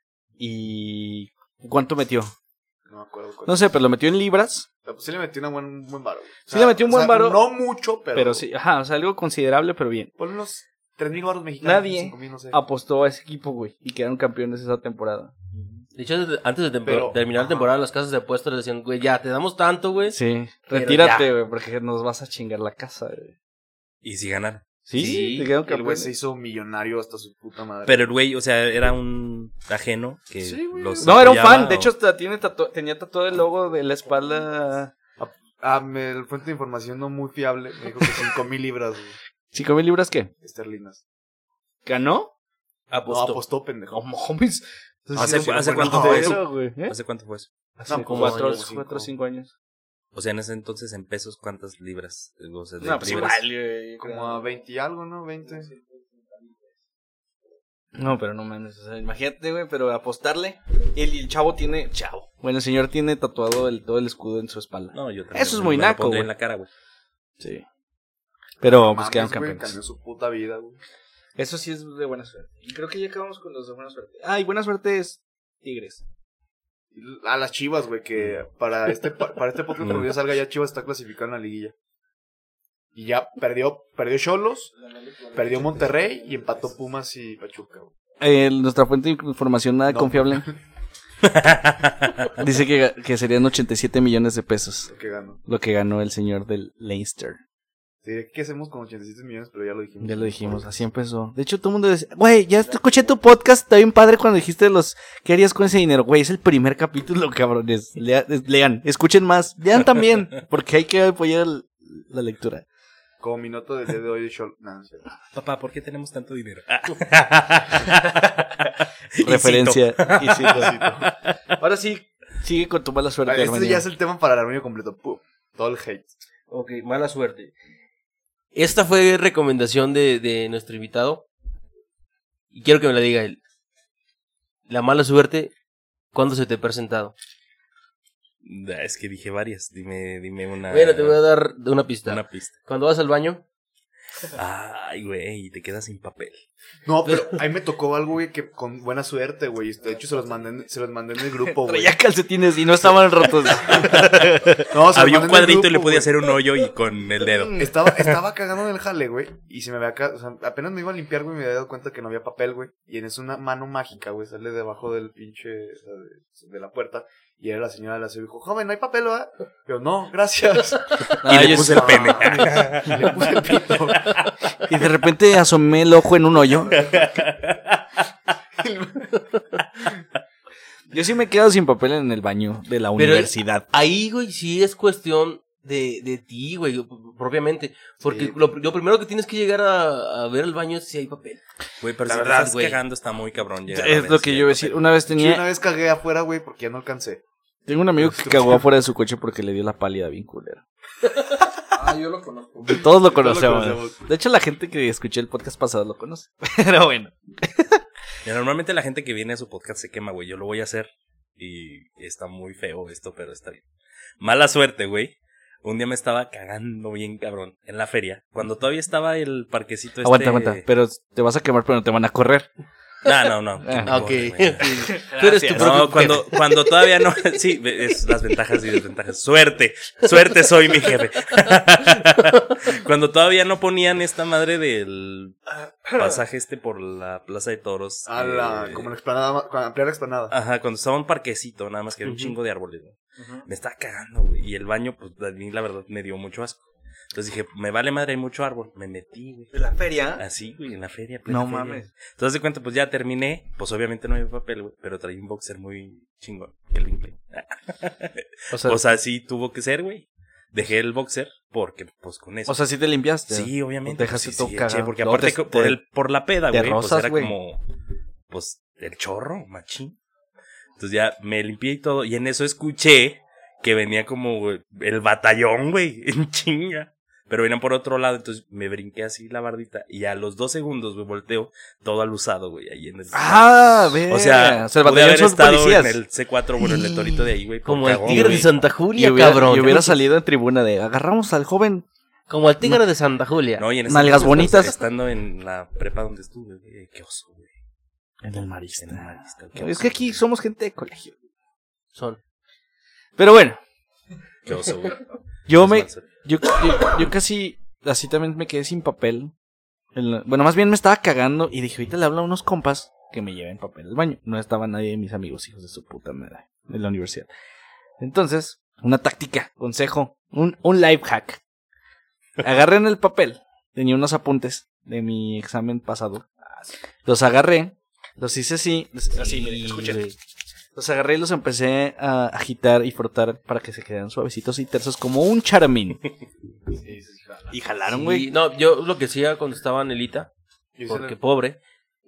¿Y cuánto metió? No me acuerdo cuál. No sé, pero lo metió en libras. Pero pues sí le metió un buen varo. Sí le metió un buen varo. No mucho, pero... Pero sí, ajá, o sea, algo considerable, pero bien. Ponle unos 3,000 varos mexicanos. Nadie 5,000, no sé. apostó a ese equipo, güey, y quedaron campeones esa temporada. De hecho, antes de Pero- terminar la ajá. temporada, las casas de apuestas le decían, güey, ya, te damos tanto, güey. Sí, Pero retírate, ya. güey, porque nos vas a chingar la casa, güey. Y sí ganaron. Sí, Sí, te quedaron El güey campeones. se hizo millonario hasta su puta madre. Pero el güey, o sea, era un ajeno que Sí, güey. los No, era un apoyaba, fan, de o- hecho hasta tenía tatuado el logo de la espalda. El fuente de información no muy fiable me dijo que 5,000 libras, güey, 5,000 libras, ¿qué? esterlinas. ¿Ganó? No, Apostó. apostó, pendejo. No mames. ¿Hace cuánto no, fue eso- eso? güey, ¿eh? ¿Hace cuánto fue eso? Hace No, como 4 años, o 5 años. O sea, en ese entonces, en pesos, ¿cuántas libras? O sea, de No, pues libras. igual, güey. Como a 20 y algo, ¿no? 20. No, pero no mames, o sea, imagínate, güey, pero apostarle. El chavo tiene, bueno, el señor tiene tatuado todo el escudo en su espalda. No, yo también. Eso es muy me lo naco, pondría güey. en la cara, güey. Sí. Pero, No pues mames, quedan güey, campeones. cambió su puta vida, güey. Eso sí es de buena suerte. Y creo que ya acabamos con los de buena suerte. Ah, y buena suerte es Tigres. Y a las Chivas, güey, que para este podcast cuando ya salga ya Chivas está clasificado en la liguilla. Y ya perdió Xolos, perdió Monterrey y empató Pumas y Pachuca, güey. Nuestra fuente de información nada No. confiable dice que serían 87 millones de pesos Lo que ganó. lo que ganó el señor del Leinster. Te diré ¿qué hacemos con 87 millones? Pero ya lo dijimos. Ya lo dijimos, así empezó. De hecho, todo el mundo decía, güey, ya escuché tu podcast, está bien padre cuando dijiste ¿qué harías con ese dinero? Güey, es el primer capítulo, cabrones. Lean, escuchen más, lean también, porque hay que apoyar la lectura. Como mi nota del día de hoy de Xolos. No, no sé. Papá, ¿por qué tenemos tanto dinero? Referencia. Y cito. Ahora sí, sigue con tu mala suerte, Este Armenio. ya es el tema para el armenio completo. Pum. Todo el hate. Ok, mala suerte. Esta fue recomendación de nuestro invitado. Y quiero que me la diga él. La mala suerte, ¿cuándo se te ha presentado? Es que dije varias. Dime una. Bueno, te voy a dar una pista. Una pista. Cuando vas al baño Ay, güey, y te quedas sin papel. No, pero ahí me tocó algo, güey, que con buena suerte, güey. De hecho, se los mandé en el grupo, güey. Traía calcetines y no estaban rotos. No, se los Había mandé un en el cuadrito y grupo, le podía güey. hacer un hoyo y con el dedo. Estaba cagando en el jale, güey. Y se me había o sea, apenas me iba a limpiar, güey, me había dado cuenta que no había papel, güey. Y en eso una mano mágica, güey, sale debajo del pinche, o sea, de la puerta. Y era la señora de la dijo, joven, ¿no hay papel, verdad? Yo, no, gracias. Y le puse el pene. Y le puse el pito. Y de repente asomé el ojo en un hoyo. Yo sí me he quedado sin papel en el baño de la universidad. Ahí, güey, sí es cuestión de ti, güey, propiamente. Porque Sí. lo primero que tienes que llegar a ver el baño es si hay papel. Güey, pero La si verdad, te estás güey. cagando está muy cabrón. llegar a Es ver lo si que hay yo iba a papel. decir. Una vez Sí, una tenía... vez cagué afuera, güey, porque ya no alcancé. Tengo un amigo que cagó afuera de su coche porque le dio la pálida bien culera. Yo lo conozco. Todos lo Todos conocemos. lo conocemos. De hecho, la gente que escuché el podcast pasado lo conoce. Pero bueno. Y normalmente la gente que viene a su podcast se quema, güey. Yo lo voy a hacer. Y está muy feo esto, pero está bien. Mala suerte, güey. Un día me estaba cagando bien cabrón en la feria. Cuando todavía estaba el parquecito Aguanta. Pero te vas a quemar, pero no te van a correr. No. Ah, Ok. Corre, güey. Tú eres tu No, propio cuando todavía no. Sí, es las ventajas y desventajas. Suerte soy mi jefe. Cuando todavía no ponían esta madre del pasaje por la Plaza de Toros. Como la explanada, ampliar la explanada. Ajá, cuando estaba un parquecito, nada más que había un chingo de árboles, güey. Me estaba cagando, güey. Y el baño, pues a mí la verdad me dio mucho asco. Entonces dije, me vale madre, hay mucho árbol. Me metí, güey. ¿De la feria? Así, güey, en la feria. No plena feria. mames. Entonces de cuenta, pues ya terminé. Pues obviamente no había papel, güey. Pero traía un boxer muy chingón. Kelvin Klein. O sea, sí tuvo que ser, güey. Dejé el boxer porque, pues con eso. ¿sí te limpiaste? Sí, obviamente. Dejaste pues, todo sí, cagado. eché, porque Luego aparte te- por la peda, te güey, pues rozas, era güey. como, pues, el chorro, machín. Entonces ya me limpié y todo, y en eso escuché que venía como güey, el batallón, güey, en chinga. Pero venían por otro lado, entonces me brinqué así la bardita, y a los 2 segundos, güey, volteo todo alusado, güey, ahí en el... Ah, ve. o sea, el pude batallón haber son estado policías. en el C4, bueno, el torito de ahí, güey. por Como el cagón, tigre güey. de Santa Y Julia, hubiera, cabrón. y hubiera salido en tribuna de agarramos al joven. Como el tigre de Santa Julia. No, y en ese Nalgas entonces, bonitas. pues, estando en la prepa donde estuve, güey, qué oso, güey. En el marista. En el Marista, qué Es oso, que aquí güey. somos gente de colegio. Son. Pero bueno, Qué oso, güey. yo Es me... mal suerte. Yo casi... Así también me quedé sin papel. Bueno, más bien me estaba cagando y dije, ahorita le hablo a unos compas que me lleven papel al baño. No estaba nadie de mis amigos, hijos de su puta madre, de la universidad. Entonces, una táctica, consejo, un life hack. Agarré en el papel, tenía unos apuntes de mi examen pasado. Los agarré, los hice así, miren, escuchen. güey. Los agarré y los empecé a agitar y frotar para que se quedaran suavecitos y tersos como un charamín. Y jalaron, güey. Sí, no, yo lo que hacía cuando estaba en Elita, porque pobre,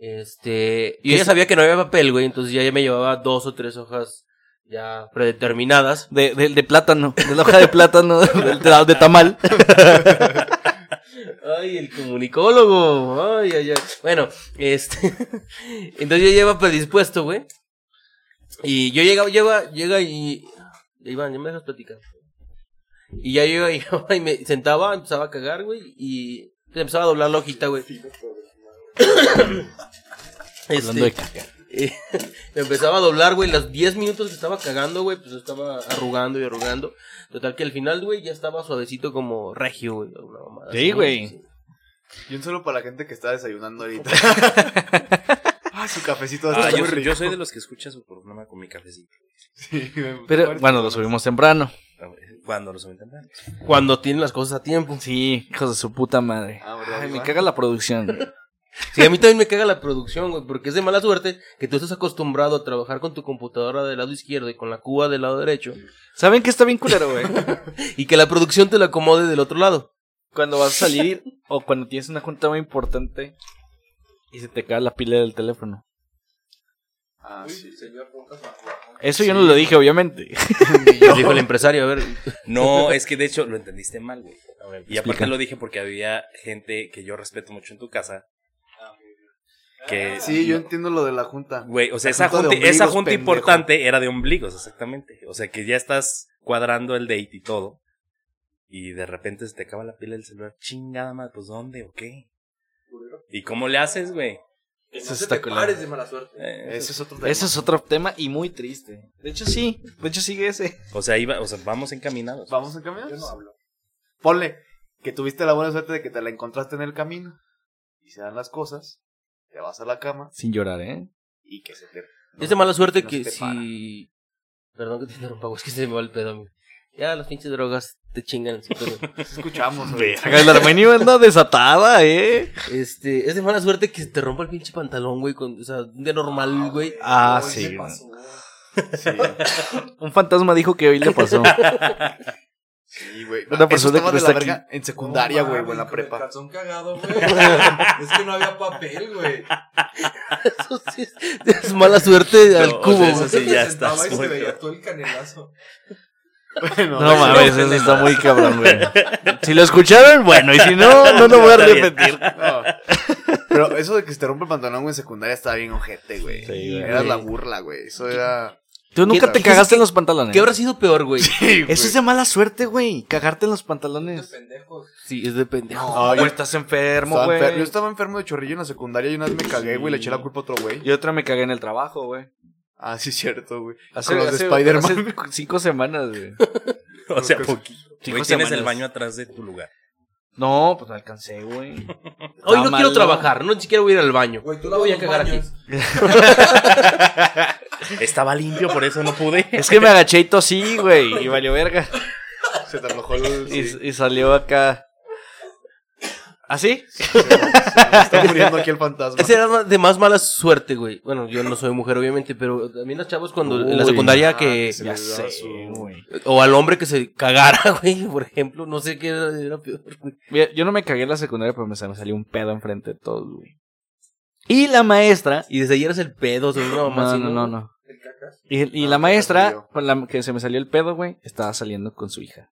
yo ya sabía que no había papel, güey, entonces ya me llevaba 2 o 3 hojas ya predeterminadas. De plátano, de la hoja de plátano, de tamal. Ay, el comunicólogo. Ay. Bueno, entonces yo llevaba predispuesto, güey. Y yo llega y... Iván, ya me dejas platicar. Y ya llegaba y me sentaba, empezaba a cagar, güey, y empezaba a doblar la hojita, güey. Hablando de cagar. Me empezaba a doblar, güey, los 10 minutos que estaba cagando, güey, pues estaba arrugando y arrugando. Total que al final, güey, ya estaba suavecito como regio, güey. Una mamada Sí, así, güey. sí. Y un solo para la gente que está desayunando ahorita. Su cafecito Ah, está muy rico. yo soy de los que escucha su programa con mi cafecito. Sí, Pero bueno, lo subimos temprano. Cuando lo suben temprano. Cuando tienen las cosas a tiempo. Sí, hijos de su puta madre. Ah, ¿verdad, Ay, me Iván? caga la producción. Sí, a mí también me caga la producción, güey, porque es de mala suerte que tú estás acostumbrado a trabajar con tu computadora del lado izquierdo y con la cuba del lado derecho, ¿Saben qué está bien culero, güey? y que la producción te la acomode del otro lado. Cuando vas a salir o cuando tienes una junta muy importante y se te cae la pila del teléfono. Ah, sí. Eso yo no lo dije, obviamente. Dijo el empresario, a ver. No, es que de hecho lo entendiste mal, güey. Y aparte explica. lo dije porque había gente que yo respeto mucho en tu casa. Que, Sí, yo entiendo lo de la junta. güey, o sea, La esa junta de junta, esa ombligos, junta pendejo. importante era de ombligos, exactamente. O sea, que ya estás cuadrando el date y todo. y de repente se te acaba la pila del celular. Chingada madre, pues ¿dónde o qué? ¿Y cómo le haces, güey? Eso No se está te culero. pares de mala suerte. Ese es otro tema. Ese es otro tema y muy triste. De hecho, sí. De hecho, sigue ese. O sea, vamos encaminados. Vamos en camino. Yo no hablo. Ponle que tuviste la buena suerte de que te la encontraste en el camino. Y se dan las cosas. Te vas a la cama. Sin llorar, ¿eh? Y que se te... Es de mala suerte no que se te para. si... Perdón que te interrumpa, güey, es que se me va el pedo, amigo. Ya, las pinches drogas te chingan. Sí, pero... Escuchamos. güey. El Armenio anda desatada, ¿eh? es de mala suerte que te rompa el pinche pantalón, güey, o sea, de normal, güey. Ah, Hoy sí. me pasó. Sí, Un fantasma dijo que hoy le pasó. sí, güey. Una Eso persona estaba que de está la verga en secundaria, güey, o en la Con el prepa. calzón cagado, güey. Es que no había papel, güey. Eso sí es mala suerte al No, cubo, o sea, güey. eso sí ya Se sentaba estás y se muy veía cabrón. todo el canelazo. Bueno, No mames, eso está muy cabrón, güey. Si lo escucharon, bueno, y si no, no lo voy a Está bien. repetir. no. Pero eso de que se te rompe el pantalón, güey, en secundaria estaba bien ojete, güey. Sí, güey. Eras la burla, güey. Eso era... ¿Tú nunca ¿Qué- te cagaste en los pantalones? ¿Qué habrá sido peor, güey? Sí, güey. Eso es de mala suerte, güey. Cagarte en los De pantalones. pendejos. Sí, es de pendejo. No, güey, estás enfermo, Estaba güey. Yo estaba enfermo de chorrillo en la secundaria y una vez me cagué, güey, le eché la culpa a otro güey. Y otra me cagué en el trabajo, güey. Ah, sí, cierto, güey. Hace, Con los de hace- Spider-Man. hace 5 semanas, güey. O sea, Creo que poquito. Cinco Güey, tienes semanas. el baño atrás de tu lugar. No, pues no alcancé, güey. Hoy Estaba no malo. quiero trabajar, no ni siquiera voy a ir al baño. Güey, tú Yo voy a lavas cagar aquí. baños. Estaba limpio, por eso no pude. Es que me agaché y tosí, güey. Y valió verga. Se te aflojó el... sí. Y salió acá. ¿Así? Está muriendo aquí el fantasma. Ese era de más mala suerte, güey. Bueno, yo no soy mujer, obviamente, pero también los chavos cuando en la Uy, secundaria que... se Ya le daba sé, güey. O al hombre que se cagara, güey, por ejemplo. No sé qué era peor, güey. Mira, yo no me cagué en la secundaria, pero me salió un pedo enfrente de todos, güey. Y la maestra... Y desde ayer es el pedo, sobre una mamá así, No. ¿El cacas? Y Ah, la ¿qué maestra, salió? con la que se me salió el pedo, güey, estaba saliendo con su hija.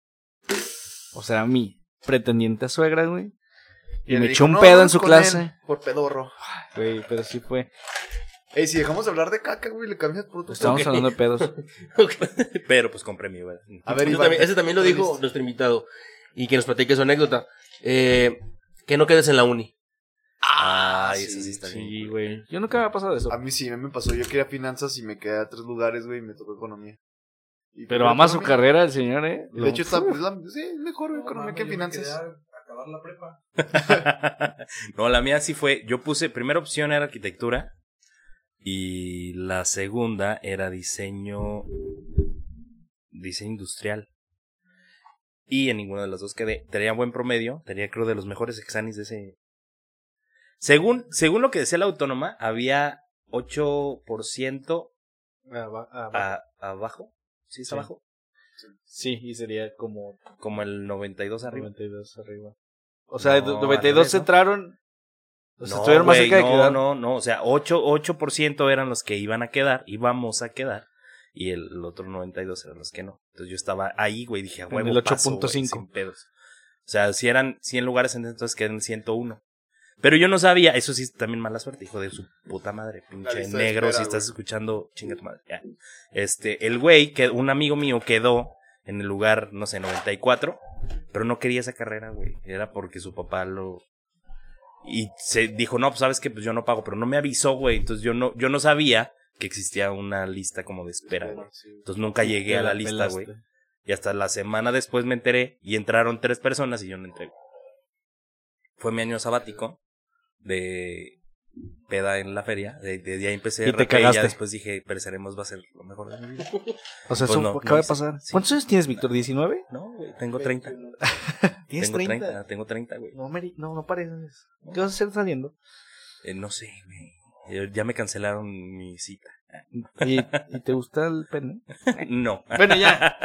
O sea, mi pretendiente suegra, güey. Y le me dijo, echó un "No, pedo en vamos su con clase. él, por pedorro. Güey, pero sí fue. Ey, si dejamos de hablar de caca, güey, le cambias por otro Estamos tema. hablando de pedos. Pero pues compré mi güey. A ver, Yo Iván, también- ese también lo ¿tú dijo listo? nuestro invitado. Y que nos platique su anécdota. Que no quedes en la uni. Ay, eso sí está Sí, bien. güey. Yo nunca me ha pasado eso. A mí sí, me pasó. Yo quería finanzas y me quedé a 3 lugares, güey, y me tocó economía. Y Pero fue ama su economía. carrera el señor, ¿eh? Y de hecho está, pues, sí, mejor No, economía mames, que yo me finanzas. quería acabar la prepa. No, la mía sí fue. Yo puse. Primera opción era arquitectura. Y la segunda era diseño. Diseño industrial. Y en ninguna de las dos quedé. Tenía buen promedio. Tenía, creo, de los mejores exames de ese. Según lo que decía la autónoma, había 8% abajo. ¿Sí está Sí. abajo? Sí, y sería como Como el 92 arriba. 92 arriba. O sea, No, 92 al revés, ¿no? entraron. O sea, No, estuvieron más güey, cerca de quedar. No, o sea, 8% eran los que iban a quedar, íbamos a quedar, y el otro 92 eran los que no. Entonces yo estaba ahí, güey, dije, a En huevo, el paso, güey, 8.5. sin pedos. O sea, si eran 100 lugares, entonces quedan 101. Pero yo no sabía, eso sí, también mala suerte, hijo de su puta madre, pinche lista de negro, espera, si estás güey. escuchando, chinga tu madre. Ya. El güey, que un amigo mío quedó en el lugar, no sé, 94, pero no quería esa carrera, güey. Era porque su papá lo... Y se dijo, no, pues sabes que pues yo no pago, pero no me avisó, güey. Entonces yo no sabía que existía una lista como de espera, güey. Entonces nunca llegué a la lista, güey. Y hasta la semana después me enteré y entraron 3 personas y yo no entré. Fue mi año sabático de peda en la feria. De ahí empecé Y te RP y cagaste. ya después dije, pereceremos va a ser lo mejor de mi vida. O sea, Pues eso no, acaba no de pasar. sí. ¿Cuántos años tienes, Víctor? ¿19? No, güey, tengo 30. ¿Tienes Tengo 30? Tengo 30, güey. No, no pareces. ¿Qué vas a hacer saliendo? No sé, güey. Ya me cancelaron mi cita. ¿Y te gusta el pene? No. Bueno, ya.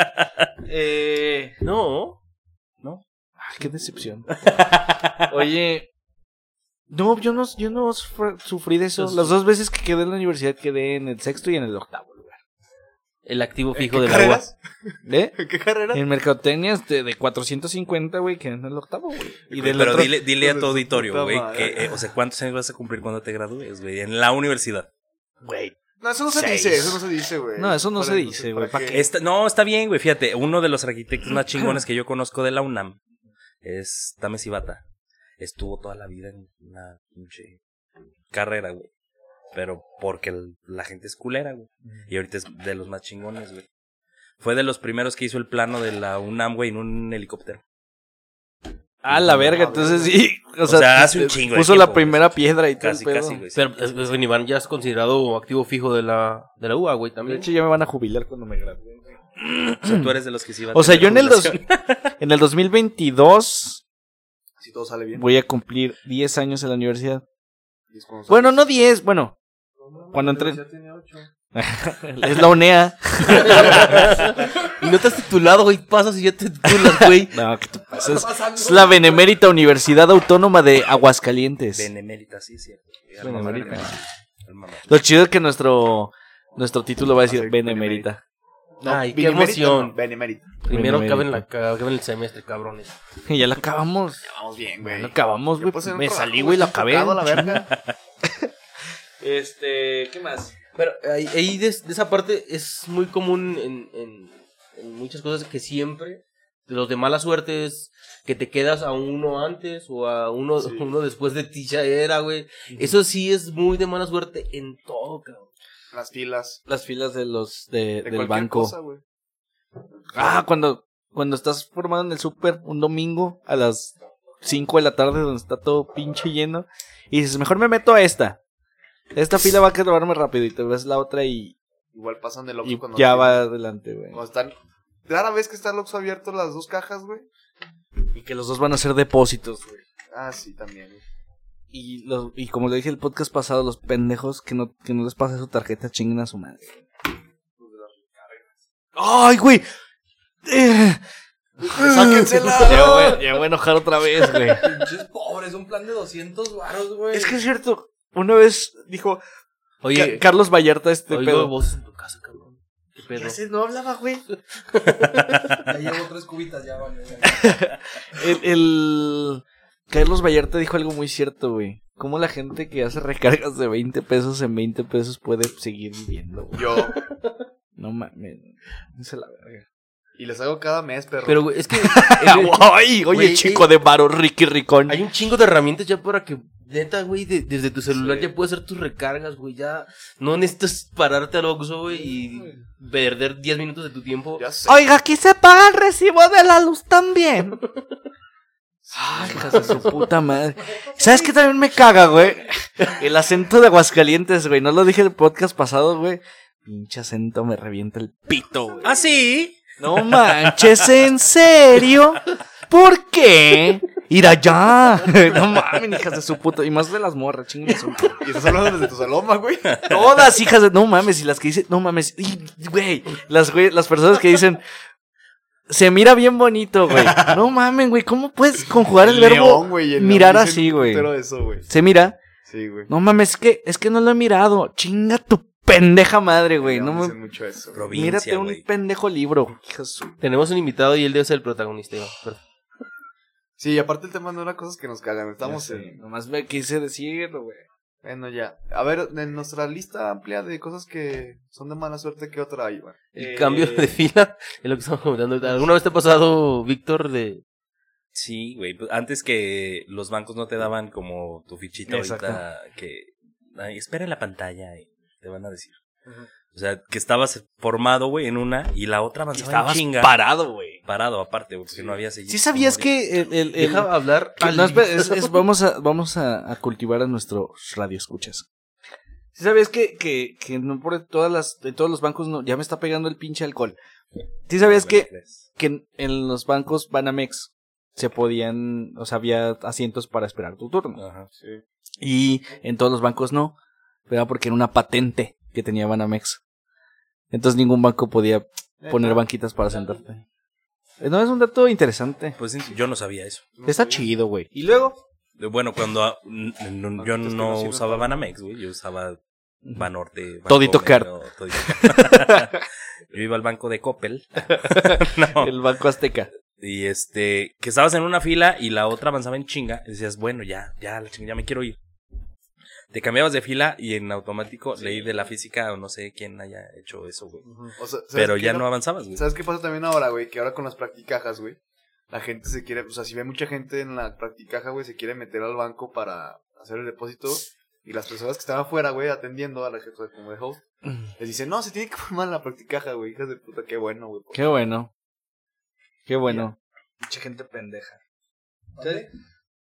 No. Ay, qué decepción. Oye, no, yo no sufrí de eso. Pues- Las 2 veces que quedé en la universidad quedé en el 6º y en el 8º lugar. El activo ¿En fijo qué del agua. carreras? ¿Eh? ¿En qué carrera? En mercadotecnia de 450, güey, quedé en el 8º, güey. Y del Pero otro... dile a tu Hijo de su auditorio, puta güey, madre. que, o sea, ¿cuántos años vas a cumplir cuando te gradúes, güey? En la universidad. Güey, No, eso no se dice, eso no se dice, güey. No, eso no se dice, güey. ¿Para qué? Está bien, güey, fíjate, uno de los arquitectos más chingones que yo conozco de la UNAM es Tames Ibata. Estuvo toda la vida en una pinche carrera, güey. Pero porque la gente es culera, güey. Y ahorita es de los más chingones, güey. Fue de los primeros que hizo el plano de la UNAM, güey, en un helicóptero. Ah, la verga, entonces sí. O sea, hace un chingo de puso tiempo, la primera piedra y todo Casi, el pedo. casi, güey. Pero Edwin Iván ya es considerado activo fijo de la UA, güey, De también. hecho, ya me van a jubilar cuando me gradúe. O sea, tú eres de los que sí va a O sea, yo tener en el, jubilación. en el 2022 Si todo sale bien. voy a cumplir 10 años en la universidad. Y es cuando sale. Bueno, no 10, bueno. Cuando entré. Ya tiene 8. Es la UNEA. Y no te has titulado, güey, pasas y ya te titulas, güey. No, ¿qué te pasa? Es la Benemérita Universidad Autónoma de Aguascalientes. Benemérita, sí, es cierto. Benemérita. El mamá. Lo chido es que nuestro título va a decir Va a ser Benemérita. No, Ay, qué Benemérita, emoción. no, Benemérita. Primero Benemérita. cabe en el semestre, cabrones. Y ya lo acabamos. Vamos bien, Ya güey. lo acabamos, güey. Yo puse en un Me trabajo, salí, güey, lo estoy acabé. enfocado a la verga. ¿Qué más? Pero ahí de esa parte es muy común en muchas cosas que siempre, de los de mala suerte es que te quedas a uno antes o a uno después de ti ya era, güey. Eso sí es muy de mala suerte en todo, cabrón. Las filas. Las filas de De del cualquier banco. cosa, güey. Ah, cuando estás formado en el súper un domingo a las 5 de la tarde donde está todo pinche lleno y dices, mejor me meto a esta. Esta fila va a quedarme rápido y te ves la otra y Igual pasan del Oxxo cuando... ya va adelante, güey. Cuando están... Rara vez que está el Oxxo abierto las dos cajas, güey. Y que los dos van a ser depósitos, güey. Ah, sí, también, güey. Y como le dije el podcast pasado, los pendejos que no les pasa su tarjeta chinguen a su madre. ¡Ay, güey! ¡Sáquensela! Ya voy a enojar otra vez, güey. Pinches pobres, un plan de 200 varos, güey. Es que es cierto. Una vez dijo Oye, Carlos Vallarta oigo pedo. voces en tu casa, cabrón. ¿Qué pedo? Ya sé, no hablaba, güey. Ya llevo 3 cubitas, ya vale. Ya. El Carlos Vallarta dijo algo muy cierto, güey. Cómo la gente que hace recargas de 20 pesos en 20 pesos puede seguir viviendo, güey. Yo. No mames. Esa es la verga. Y les hago cada mes, perro. Pero, güey, es que Ay, oye, Güey, chico de varo, Ricky Ricón. hay un chingo de herramientas ya para que, neta, güey, desde tu celular ya puedes hacer tus recargas, güey. Ya no necesitas pararte al Oxxo, güey, y perder 10 minutos de tu tiempo. Ya sé. Oiga, aquí se paga el recibo de la luz también. Ay, hijas de su puta madre. ¿Sabes qué también me caga, güey? El acento de Aguascalientes, güey. No lo dije en el podcast pasado, güey. Pinche acento me revienta el pito, güey. ¿Ah, sí? No manches, ¿en serio? ¿Por qué? Ir allá. No mames, hijas de su puta. Y más de las morras, chingas. Y estás hablando desde tu saloma, güey. Todas, hijas de... No mames, y las que dicen... No mames. Y, güey, las personas que dicen... Se mira bien bonito, güey. No mames, güey. ¿Cómo puedes conjugar el verbo León, güey, el mirar León dice así, un güey? putero de eso, güey. Se mira... Sí, güey. No mames, es que no lo he mirado. Chinga tu pendeja madre, güey. No Dicen me... mucho eso. Provincia, Mírate un güey. pendejo libro. Hija de su- Tenemos un invitado y él debe ser el protagonista, Iván. Perdón. Sí, y aparte el tema no era cosas que nos cagan. Estamos Ya sé, en... Nomás me quise decirlo, güey. Bueno, ya. A ver, en nuestra lista amplia de cosas que son de mala suerte, ¿qué otra hay, güey? El cambio de fila es lo que estamos comentando. ¿Alguna vez te ha pasado, Víctor, de... Sí, güey. Pues antes que los bancos no te daban como tu fichita Exacto. ahorita que... Ay, espera en la pantalla y te van a decir. O sea, que estabas formado, güey, en una y la otra Y avanzaba estabas en chinga. parado, güey. Parado, aparte, porque no había seguido. ¿Sí sabías que el Deja hablar que- al no, espera, invitado. vamos a cultivar a nuestros radioescuchas. ¿Sí sabías que no por de todos los bancos no, ya me está pegando el pinche alcohol? ¿Sí sabías que en los bancos Banamex se podían, o sea, había asientos para esperar tu turno? Ajá. Sí. Y en todos los bancos no, pero porque era una patente que tenía Banamex. Entonces ningún banco podía poner banquitas para sentarte. No, es un dato interesante. Pues yo no sabía eso. Está chido, güey. ¿Y luego? Bueno, cuando yo no usaba Banamex, güey, yo usaba Banorte. Bancomer, Todito Card. o Todito Card. Yo iba al banco de Coppel. No. El Banco Azteca. Y que estabas en una fila y la otra avanzaba en chinga. Y decías, bueno, ya la chinga, ya me quiero ir. Te cambiabas de fila y en automático ley de la física o no sé quién haya hecho eso, güey. O sea, ¿sabes Pero qué ya no avanzabas, güey. ¿Sabes qué pasa también ahora, güey? Que ahora con las practicajas, güey, la gente se quiere, o sea, si ve mucha gente en la practicaja, güey, se quiere meter al banco para hacer el depósito y las personas que están afuera, güey, atendiendo a la gente como de host, les dicen, no, se tiene que formar en la practicaja, güey, hijas de puta, qué bueno, güey. Qué bueno. Qué bueno. Mucha gente pendeja. ¿Sabes?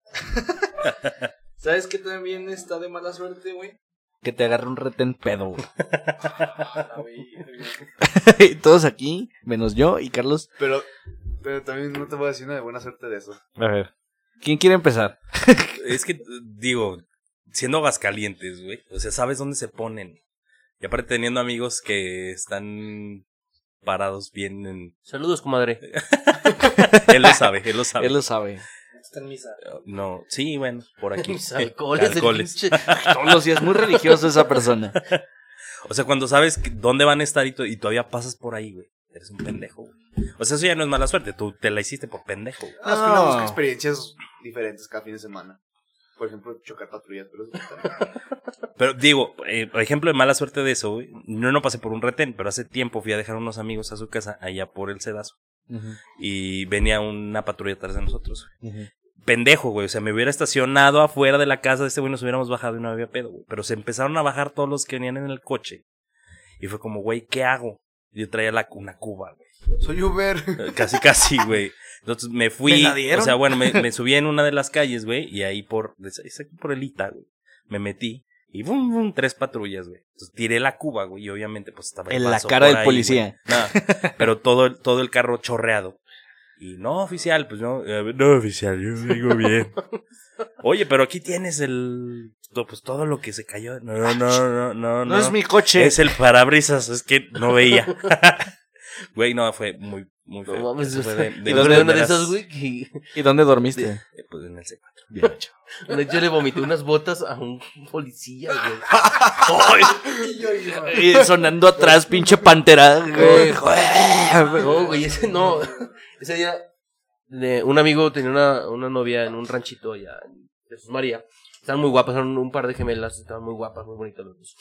¿Sabes qué también está de mala suerte, güey? Que te agarre un retén pedo, güey. La Y todos aquí, menos yo y Carlos. Pero también no te voy a decir una de buena suerte de eso. A ver. ¿Quién quiere empezar? Es que, digo, siendo Aguascalientes, güey, o sea, sabes dónde se ponen. Y aparte teniendo amigos que están parados bien en... Saludos, comadre. Él lo sabe, él lo sabe. Él lo sabe. Está en misa. No, sí, bueno, por aquí. Mis alcoholes. Alcoholes. el pinche- Todos los días muy religioso esa persona. O sea, cuando sabes dónde van a estar y todavía pasas por ahí, güey. Eres un pendejo, güey. O sea, eso ya no es mala suerte. Tú te la hiciste por pendejo, güey. No, es que uno busca experiencias diferentes cada fin de semana. Por ejemplo, chocar patrullas, pero eso está... Pero digo, por ejemplo, de mala suerte de eso, güey. No pasé por un retén, pero hace tiempo fui a dejar a unos amigos a su casa allá por el Cedazo. Y venía una patrulla atrás de nosotros, güey. Pendejo, güey. O sea, me hubiera estacionado afuera de la casa de este güey, nos hubiéramos bajado y no había pedo, güey. Pero se empezaron a bajar todos los que venían en el coche. Y fue como, güey, ¿qué hago? Yo traía una cuba, güey. Soy Uber. Casi, güey. Entonces me fui. ¿Me la dieron? O sea, bueno, me subí en una de las calles, güey. Y ahí es aquí por el Ita, güey. Me metí. Y bum, bum, 3 patrullas, güey. Entonces tiré la cuba, güey. Y obviamente, pues estaba el En la vaso cara por del ahí, policía. güey. No, pero todo el carro chorreado. Y no, oficial, pues no. No, oficial, yo digo bien. Oye, pero aquí tienes pues todo lo que se cayó. No. No es mi coche. Es el parabrisas, es que no veía. Güey, no, fue muy feo. No mames, Eso fue y luego de una de esas, güey, que ¿Y dónde dormiste? Pues en el C4. Bien hecho. yo le vomité unas botas a un policía, güey. Y sonando atrás, pinche pantera. Güey. No, güey, ese no. Ese día, un amigo tenía una novia en un ranchito allá en Jesús María. Estaban muy guapas, eran un par de gemelas, estaban muy guapas, muy bonitas los dos.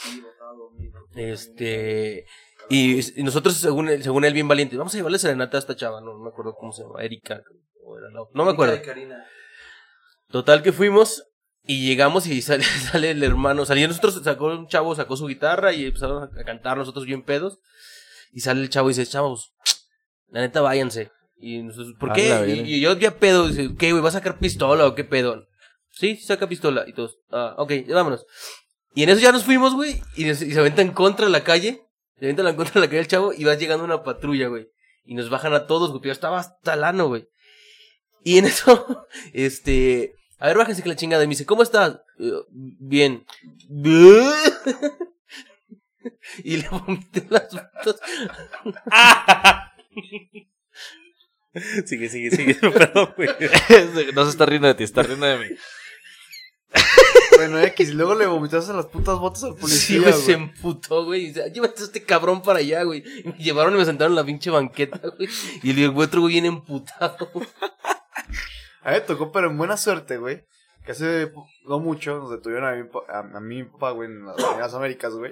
Y nosotros, según él, bien valiente, vamos a llevarle serenata a esta chava, no me acuerdo cómo se llama, Erika, o era no me acuerdo. Total que fuimos y llegamos y sale el hermano, nosotros, un chavo sacó su guitarra y empezaron a cantar nosotros bien pedos. Y sale el chavo y dice, chavos, la neta váyanse. Y nosotros, ¿por qué? Y yo ya pedo, dice, ¿qué, güey? ¿Vas a sacar pistola o qué pedo? Sí, saca pistola. Y todos, ok, ya vámonos. Y en eso ya nos fuimos, güey, y se aventan contra la calle. Se aventan contra la calle el chavo y va llegando una patrulla, güey. Y nos bajan a todos, güey, yo estaba hasta el ano, güey. Y en eso, a ver, bájense que la chingada. Y me dice, ¿cómo estás? Bien. Y le vomité las botas. Sigue. Perdón, güey. No se está riendo de ti, está riendo de mí. Bueno, X, y luego le vomitaste las putas botas al Sí, policía, güey, güey. se emputó, güey. Y dice, llévate a este cabrón para allá, güey. Y me llevaron y me sentaron en la pinche banqueta, güey. Y el otro güey bien emputado. A mí me tocó, pero en buena suerte, güey. Que hace no mucho nos detuvieron a mí y mi papá, güey, en las Américas, güey.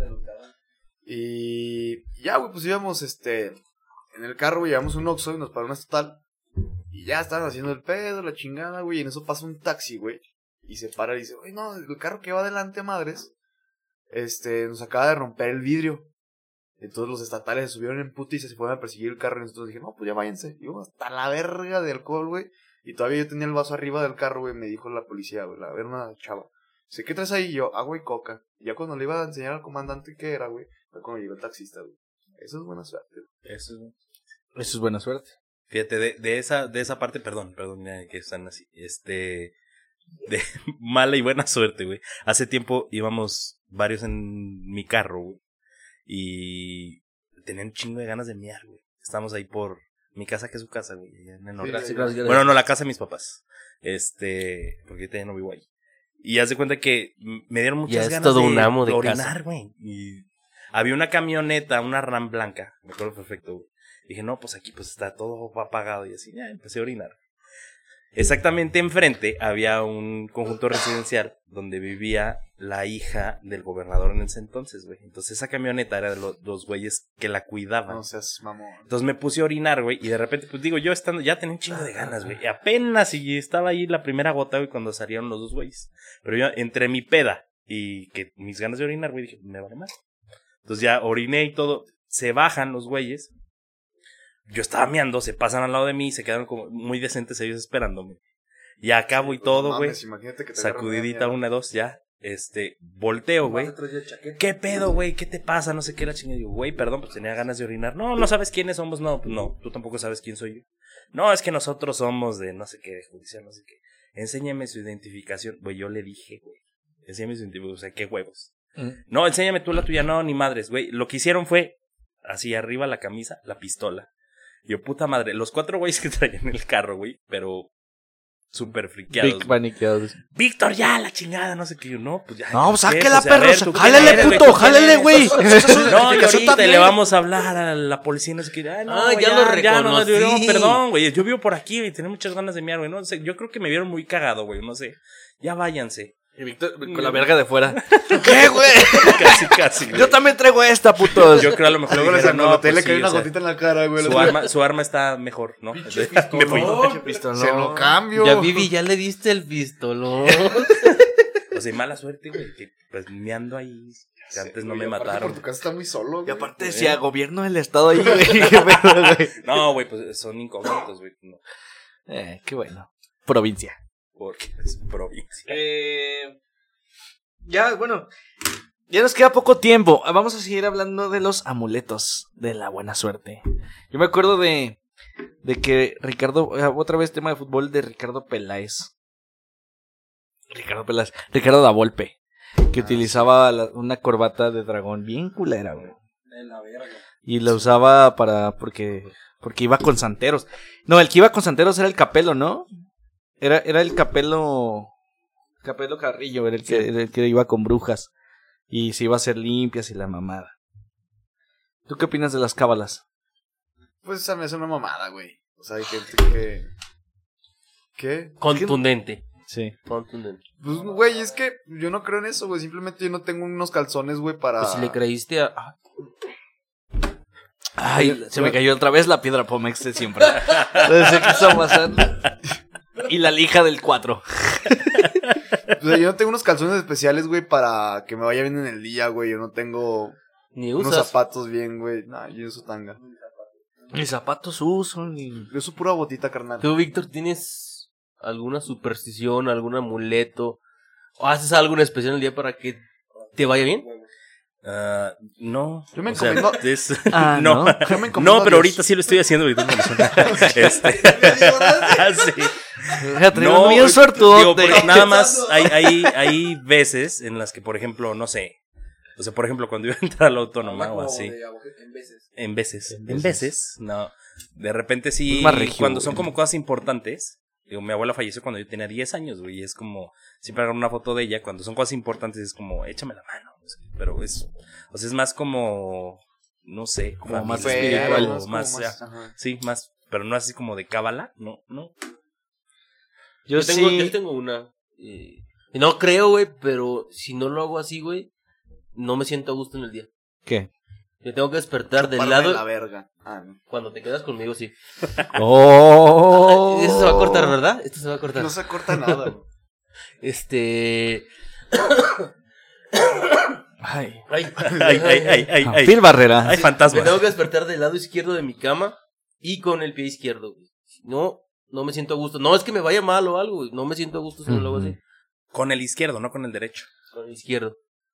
Y ya, güey, pues íbamos, en el carro, güey, llevamos un Oxxo y nos paró una estatal. Y ya estaban haciendo el pedo, la chingada, güey. Y en eso pasa un taxi, güey. Y se para y dice, oye, no, el carro que va adelante, madres, nos acaba de romper el vidrio. Entonces los estatales se subieron en puta y se fueron a perseguir el carro. Y nosotros dije, no, pues ya váyanse. Y íbamos hasta la verga de alcohol, güey. Y todavía yo tenía el vaso arriba del carro, güey. Me dijo la policía, güey, a ver una chava. Dice, ¿qué traes ahí? Y yo, agua y coca. Y ya cuando le iba a enseñar al comandante qué era, güey, fue cuando llegó el taxista, güey. Eso es buena suerte, güey. Eso es buena suerte. Fíjate, de esa parte, perdón, ya que están así, de mala y buena suerte, güey. Hace tiempo íbamos varios en mi carro, güey, y tenían un chingo de ganas de miar, güey. Estábamos ahí por mi casa, que es su casa, güey, en el norte. Sí, gracias. Bueno, no, la casa de mis papás, porque ahorita ya no vivo ahí. Y haz de cuenta que me dieron muchas es ganas todo de un amo de orinar, casa, güey. Y había una camioneta, una RAM blanca, me acuerdo perfecto, güey. Dije, no, pues aquí pues está todo apagado y así, ya empecé a orinar. Exactamente enfrente había un conjunto residencial donde vivía la hija del gobernador en ese entonces, güey. Entonces esa camioneta era de los güeyes que la cuidaban. No seas mamón. Entonces me puse a orinar, güey, y de repente, pues digo, yo estando, ya tenía un chingo de ganas, güey. Y apenas y estaba ahí la primera gota, güey, cuando salieron los dos güeyes. Pero yo, entre mi peda y que mis ganas de orinar, güey, dije, me vale más. Entonces ya oriné y todo. Se bajan los güeyes. Yo estaba meando, se pasan al lado de mí, se quedaron como muy decentes ellos esperándome. Y acabo y todo, güey. Imagínate que te Sacudidita, 1, 2, ya. Volteo, güey. ¿Qué pedo, güey? ¿Qué te pasa? No sé qué, la chingada. Digo, güey, perdón, pues tenía ganas de orinar. No, no sabes quiénes somos. No, pues no, tú tampoco sabes quién soy yo. No, es que nosotros somos de no sé qué, judicial, no sé qué. Enséñame su identificación. Güey, yo le dije, güey. Enséñame su identificación. O sea, qué huevos. No, enséñame tú la tuya. No, ni madres, güey. Lo que hicieron fue, así arriba la camisa, la pistola. Yo, puta madre, los 4 güeyes que traían el carro, güey, pero súper friqueados. Big paniqueados. Víctor, ya, la chingada, no sé qué. Yo, no, pues ya. No, ¿qué? sáquela, Pues, a ver, perros. ¿tú quién Jálele, eres, puto, ¿Tú quién jálele, eres? güey. No, y ahorita le vamos a hablar a la policía, no sé qué. Ay, no, ya lo reconocí. no, perdón, güey, yo vivo por aquí, güey, tenía muchas ganas de miar, güey, no sé, yo creo que me vieron muy cagado, güey, no sé. Ya váyanse. Y Víctor con la verga de fuera. ¿Qué, güey? Casi, güey. Yo también traigo esta, putos. Yo creo a lo mejor Luego dijeron, no, pues le sí, cayó o una sea, gotita en la cara, güey. su arma está mejor, ¿no? Me fui. Se lo cambio. Ya, Vivi, ya le diste el pistolón. O sea, mala suerte, güey, que pues meando ahí, que antes no me mataron. Por tu casa está muy solo, Y güey. aparte decía gobierno del estado ahí, güey. Qué pedo, güey. No, güey, pues son incógnitos, güey, no, Qué bueno. Provincia. porque es provincia. Ya, bueno. Ya nos queda poco tiempo. Vamos a seguir hablando de los amuletos de la buena suerte. Yo me acuerdo de que Ricardo, otra vez tema de fútbol de Ricardo Peláez. Ricardo da Volpe, que utilizaba una corbata de dragón bien culera, güey. De la verga. Y la usaba porque iba con santeros. No, el que iba con santeros era el Capelo, ¿no? Era el Capelo Carrillo, era el que iba con brujas. Y se iba a hacer limpias y la mamada. ¿Tú qué opinas de las cábalas? Pues esa me hace una mamada, güey. O sea, hay gente ¿Qué? Contundente. Sí. Contundente. Pues, güey, es que yo no creo en eso, güey. Simplemente yo no tengo unos calzones, güey, para... Pues si le creíste a... Ay, se me cayó otra vez la piedra Pomex de siempre. Desde que está pasando. Y la lija del 4. O sea, yo no tengo unos calzones especiales, güey, para que me vaya bien en el día, güey. Yo no tengo Ni unos usas. zapatos bien, güey. Nah, yo uso tanga. Mis zapatos uso y... Yo uso pura botita, carnal. ¿Tú, Víctor, tienes alguna superstición, algún amuleto? ¿O haces algo en especial el día para que te vaya bien? No. Yo me o sea, encomiendo... no. Yo me encomiendo No, a pero Dios. ahorita sí lo estoy haciendo. Ahorita no lo sé. Sí. No, bien digo, suertudote. porque nada más hay veces en las que, por ejemplo, no sé. O sea, por ejemplo, cuando iba a entrar a la autónoma o así. En veces. En veces, no. De repente sí, Es más regio, cuando güey. son como cosas importantes. Digo, mi abuela falleció cuando yo tenía 10 años, güey. Y es como, siempre agarro una foto de ella. Cuando son cosas importantes es como, échame la mano. No sé, pero es, o sea, es más como, no sé, como más espiritual, espiritual. más O más, como más, ya. ajá. Sí, más, pero no así como de cábala. No. Yo Yo tengo una. Y no creo, güey, pero si no lo hago así, güey, no me siento a gusto en el día. ¿Qué? Me tengo que despertar del Parme lado... la verga. No. Cuando te quedas conmigo, sí. ¡Oh! Eso se va a cortar, ¿verdad? Esto se va a cortar. No se corta nada, güey. Ay. Ay. Phil Barrera. Hay Me fantasmas. tengo que despertar del lado izquierdo de mi cama y con el pie izquierdo, güey. No me siento a gusto. No es que me vaya mal o algo, güey. No me siento a gusto si no lo hago así. Con el izquierdo, no con el derecho. Con el izquierdo.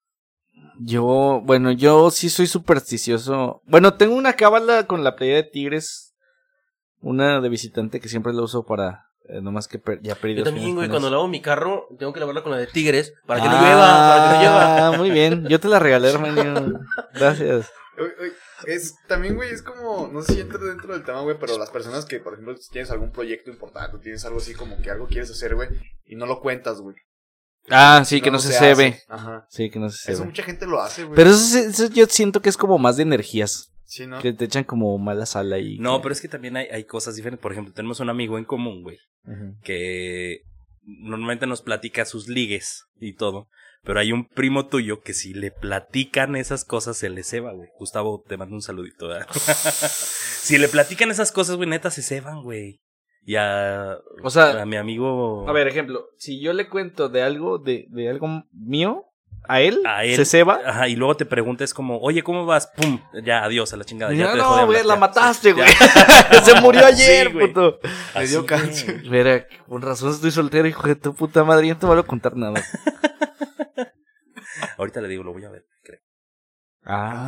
Yo sí soy supersticioso. Bueno, tengo una cábala con la playa de Tigres. Una de visitante que siempre la uso para... nomás que ya perdí Yo dos también, fines güey, con cuando eso. lavo mi carro, tengo que lavarla con la de Tigres para que no llueva, Muy bien. Yo te la regalé, hermano. Gracias. También, güey, es como, no sé si entra dentro del tema, güey, pero las personas que, por ejemplo, si tienes algún proyecto importante, o tienes algo así como que algo quieres hacer, güey, y no lo cuentas, güey. Sí, que no se hace. ve. Ajá. Sí, que no se Eso ve. mucha gente lo hace, güey. Pero eso yo siento que es como más de energías. Sí, ¿no? Que te echan como mala sal ahí. No, pero es que también hay cosas diferentes. Por ejemplo, tenemos un amigo en común, güey, Ujú. que normalmente nos platica sus ligues y todo. Pero hay un primo tuyo que si le platican esas cosas se le ceba, güey. Gustavo, te mando un saludito, ¿verdad? Si le platican esas cosas, güey, neta se ceban, güey. Y a O sea, mi amigo... a ver, ejemplo, si yo le cuento de algo mío a él, A él. se ceba. Ajá, y luego te preguntas como, oye, ¿cómo vas? Pum, ya, adiós a la chingada. Y Ya yo, te dejó de no, hablar, güey, la ya. mataste, Sí, güey. ya. Se murió ayer, Sí, güey. puto. Me dio Así, cáncer. güey. Mira, con razón estoy soltero, hijo de tu puta madre. Ya no te voy a contar nada. Ahorita le digo, lo voy a ver, creo. Ah.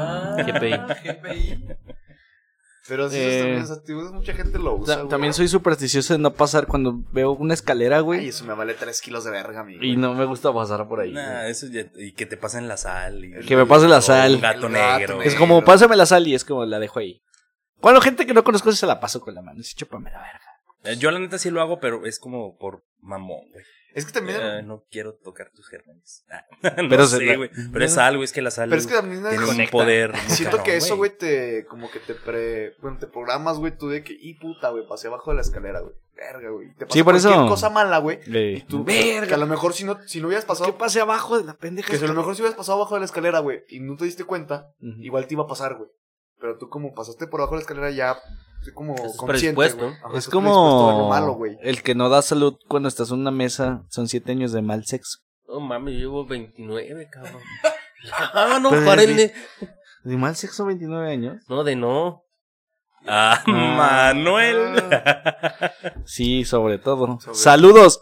GPI. Pero sí, Eh, también, o sea, tío, mucha gente lo usa, güey. También soy supersticioso de no pasar cuando veo una escalera, Ay, güey. eso me vale 3 kilos de verga, amigo. Y no me gusta pasar por ahí. Nah, güey. eso ya, y que te pasen la sal. Y, Que me pase la sal. Un gato El gato negro. negro. Es como, pásame la sal y es como la dejo ahí. Cuando gente que no conozco se la paso con la mano. Dice, chúpame la verga. Yo la neta sí lo hago, pero es como por mamón, güey. Es que también... No quiero tocar tus gérmenes. Pero Pero se- sé, güey. Pero es algo, es que la sal Pero es que también tiene un conecta. poder. muy siento cabrón, que eso, güey, te... Como que te bueno, te programas, güey, tú de que... Y puta, güey, pasé abajo de la escalera, güey. Verga, güey. Te pasa Sí, por eso- cualquier cosa mala, güey. Y tú... Verga. Que a lo mejor si no hubieras ¿Qué pasado... pase abajo de la pendeja? Que si a lo mejor si hubieras pasado abajo de la escalera, güey, y no te diste cuenta, Ujú. igual te iba a pasar, güey. Pero tú como pasaste por abajo de la escalera ya... Estoy como Estás consciente, predispuesto. güey. Ajá, Es estás predispuesto a lo como malo, güey. el que no da salud cuando estás en una mesa. Son 7 años de mal sexo. No mames, yo llevo 29, cabrón. Ah, no, Pues, párenle. ¿De mal sexo 29 años? No, de no. Ah, Manuel. Sí, sobre todo. Sobre- ¡Saludos!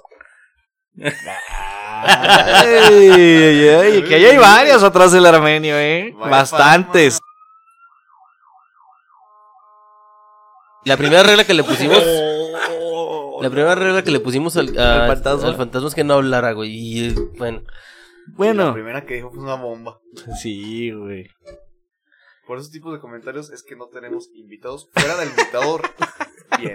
Ay, que ahí hay varios atrás del armenio, Vaya Bastantes. La primera regla que le pusimos. La primera regla que le pusimos al fantasma. al fantasma es que no hablara, güey. Y bueno. Y la Bueno, primera que dijo fue una bomba. sí, güey. Por esos tipos de comentarios es que no tenemos invitados fuera del invitador. Bien.